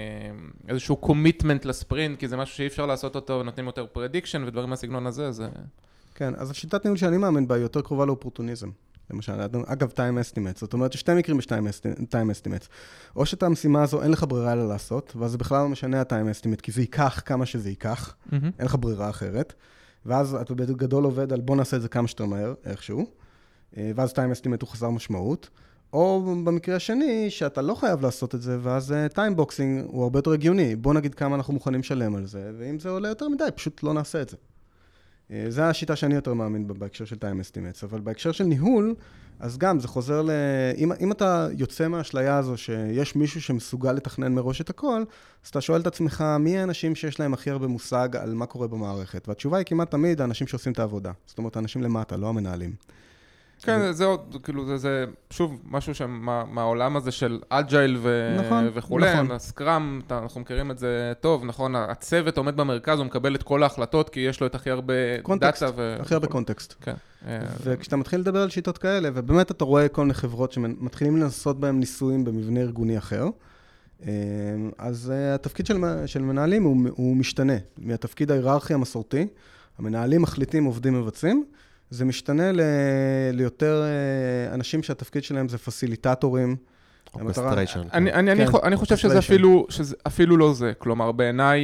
איזשהו קומיטמנט לספרינט, כי זה משהו שאי אפשר לעשות אותו, ונותנים יותר פרדיקשן ודברים מהסגנון הזה, זה... כן, אז השיטת ניהול שאני מאמין בה היא יותר קרובה לאופורטוניזם. למשל, אגב, time estimates, זאת אומרת, יש שתי מקרים ב-time estimates. או שאת המשימה הזו אין לך ברירה לה לעשות, ואז זה בכלל לא משנה ה-time estimate, כי זה ייקח כמה שזה ייקח, mm-hmm. אין לך ברירה אחרת, ואז אתה בגדול עובד על בוא נעשה את זה כמה שיותר מהר, איכשהו, ואז time estimate הוא חסר משמעות, או במקרה השני, שאתה לא חייב לעשות את זה, ואז time boxing הוא הרבה יותר הגיוני, בוא נגיד כמה אנחנו מוכנים לשלם על זה, ואם זה עולה יותר מדי, פשוט לא נעשה את זה. זו השיטה שאני יותר מאמין בהקשר של time estimates, אבל בהקשר של ניהול, אז גם זה חוזר ל... אם, אם אתה יוצא מהאשליה הזו שיש מישהו שמסוגל לתכנן מראש את הכל, אז אתה שואל את עצמך, מי האנשים שיש להם הכי הרבה מושג על מה קורה במערכת? והתשובה היא כמעט תמיד האנשים שעושים את העבודה. זאת אומרת, האנשים למטה, לא המנהלים. כן, זה עוד, כאילו, זה, זה שוב משהו מהעולם הזה של אג'ייל וכולי, הסקראם, אנחנו מכירים את זה טוב, נכון, הצוות עומד במרכז, הוא מקבל את כל ההחלטות, כי יש לו את הכי הרבה דאטה. הכי הרבה קונטקסט. כן. וכשאתה מתחיל לדבר על שיטות כאלה, ובאמת אתה רואה כל מיני חברות שמתחילים לנסות בהם ניסויים במבנה ארגוני אחר, אז התפקיד של מנהלים הוא משתנה, מהתפקיד ההיררכי המסורתי, המנהלים מחליטים, עובדים, מבצעים, זה משתנה ל... ליותר אנשים שהתפקיד שלהם זה פסיליטטורים. אורקסטריישן. אני, אני, אני, אני חושב שזה אפילו, שזה אפילו לא זה. כלומר, בעיניי,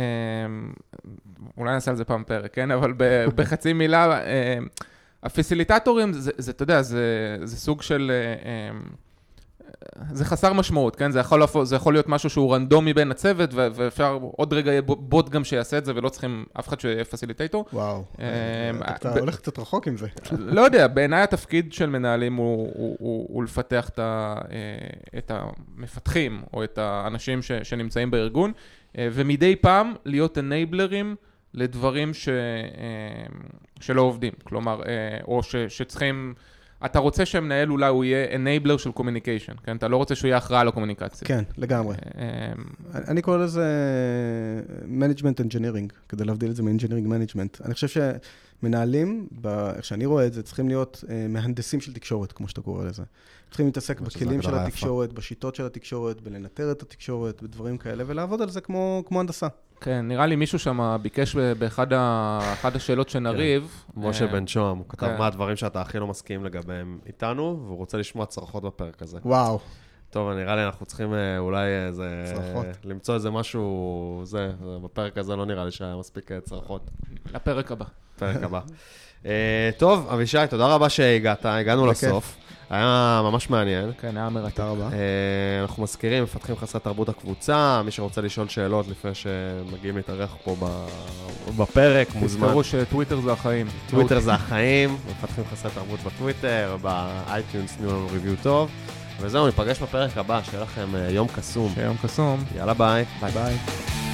אולי נעשה על זה פעם פרק, כן? אבל בחצי מילה, הפסיליטטורים, זה, זה, אתה יודע, זה, זה סוג של זה חסר משמעות, כן? זה יכול, זה יכול להיות משהו שהוא רנדומי בין הצוות, ו- ואפשר עוד רגע יהיה בוט גם שיעשה את זה, ולא צריכים אף אחד שיהיה פסיליטייטור. וואו, אתה הולך קצת רחוק עם זה. לא יודע, בעיניי התפקיד של מנהלים הוא, הוא, הוא, הוא לפתח את, ה, את המפתחים, או את האנשים ש, שנמצאים בארגון, ומדי פעם להיות אנייבלרים לדברים ש, שלא עובדים. כלומר, או ש, שצריכים... אתה רוצה שהמנהל אולי הוא יהיה enabler של communication, כן? אתה לא רוצה שהוא יהיה אחראי על הקומוניקציה. כן, לגמרי. אני קורא לזה management engineering, כדי להבדיל את זה מ-engineering management. אני חושב שמנהלים, איך שאני רואה את זה, צריכים להיות מהנדסים של תקשורת, כמו שאתה קורא לזה. צריכים להתעסק בכלים של התקשורת, בשיטות של התקשורת, בלנטר את התקשורת, בדברים כאלה, ולעבוד על זה כמו הנדסה. כן, נראה לי מישהו שם ביקש באחד השאלות שנריב. משה בן שוהם, הוא כתב מה הדברים שאתה הכי לא מסכים לגביהם איתנו, והוא רוצה לשמוע צרחות בפרק הזה. וואו. טוב, נראה לי אנחנו צריכים אולי למצוא איזה משהו, זה, בפרק הזה לא נראה לי שהיה מספיק צרחות. לפרק הבא. פרק הבא. טוב, אבישי, תודה רבה שהגעת, הגענו לסוף. היה ממש מעניין. כן, היה מרתק. תודה רבה. אנחנו מזכירים, מפתחים חסרי תרבות הקבוצה, מי שרוצה לשאול שאלות לפני שמגיעים להתארח פה בפרק, מוזמן. תזכרו שטוויטר זה החיים. טוויטר זה החיים, מפתחים חסרי תרבות בטוויטר, באייטיונס, תנו לנו ריוויו טוב. וזהו, ניפגש בפרק הבא, שיהיה לכם יום קסום. שיהיה יום קסום. יאללה ביי. ביי ביי.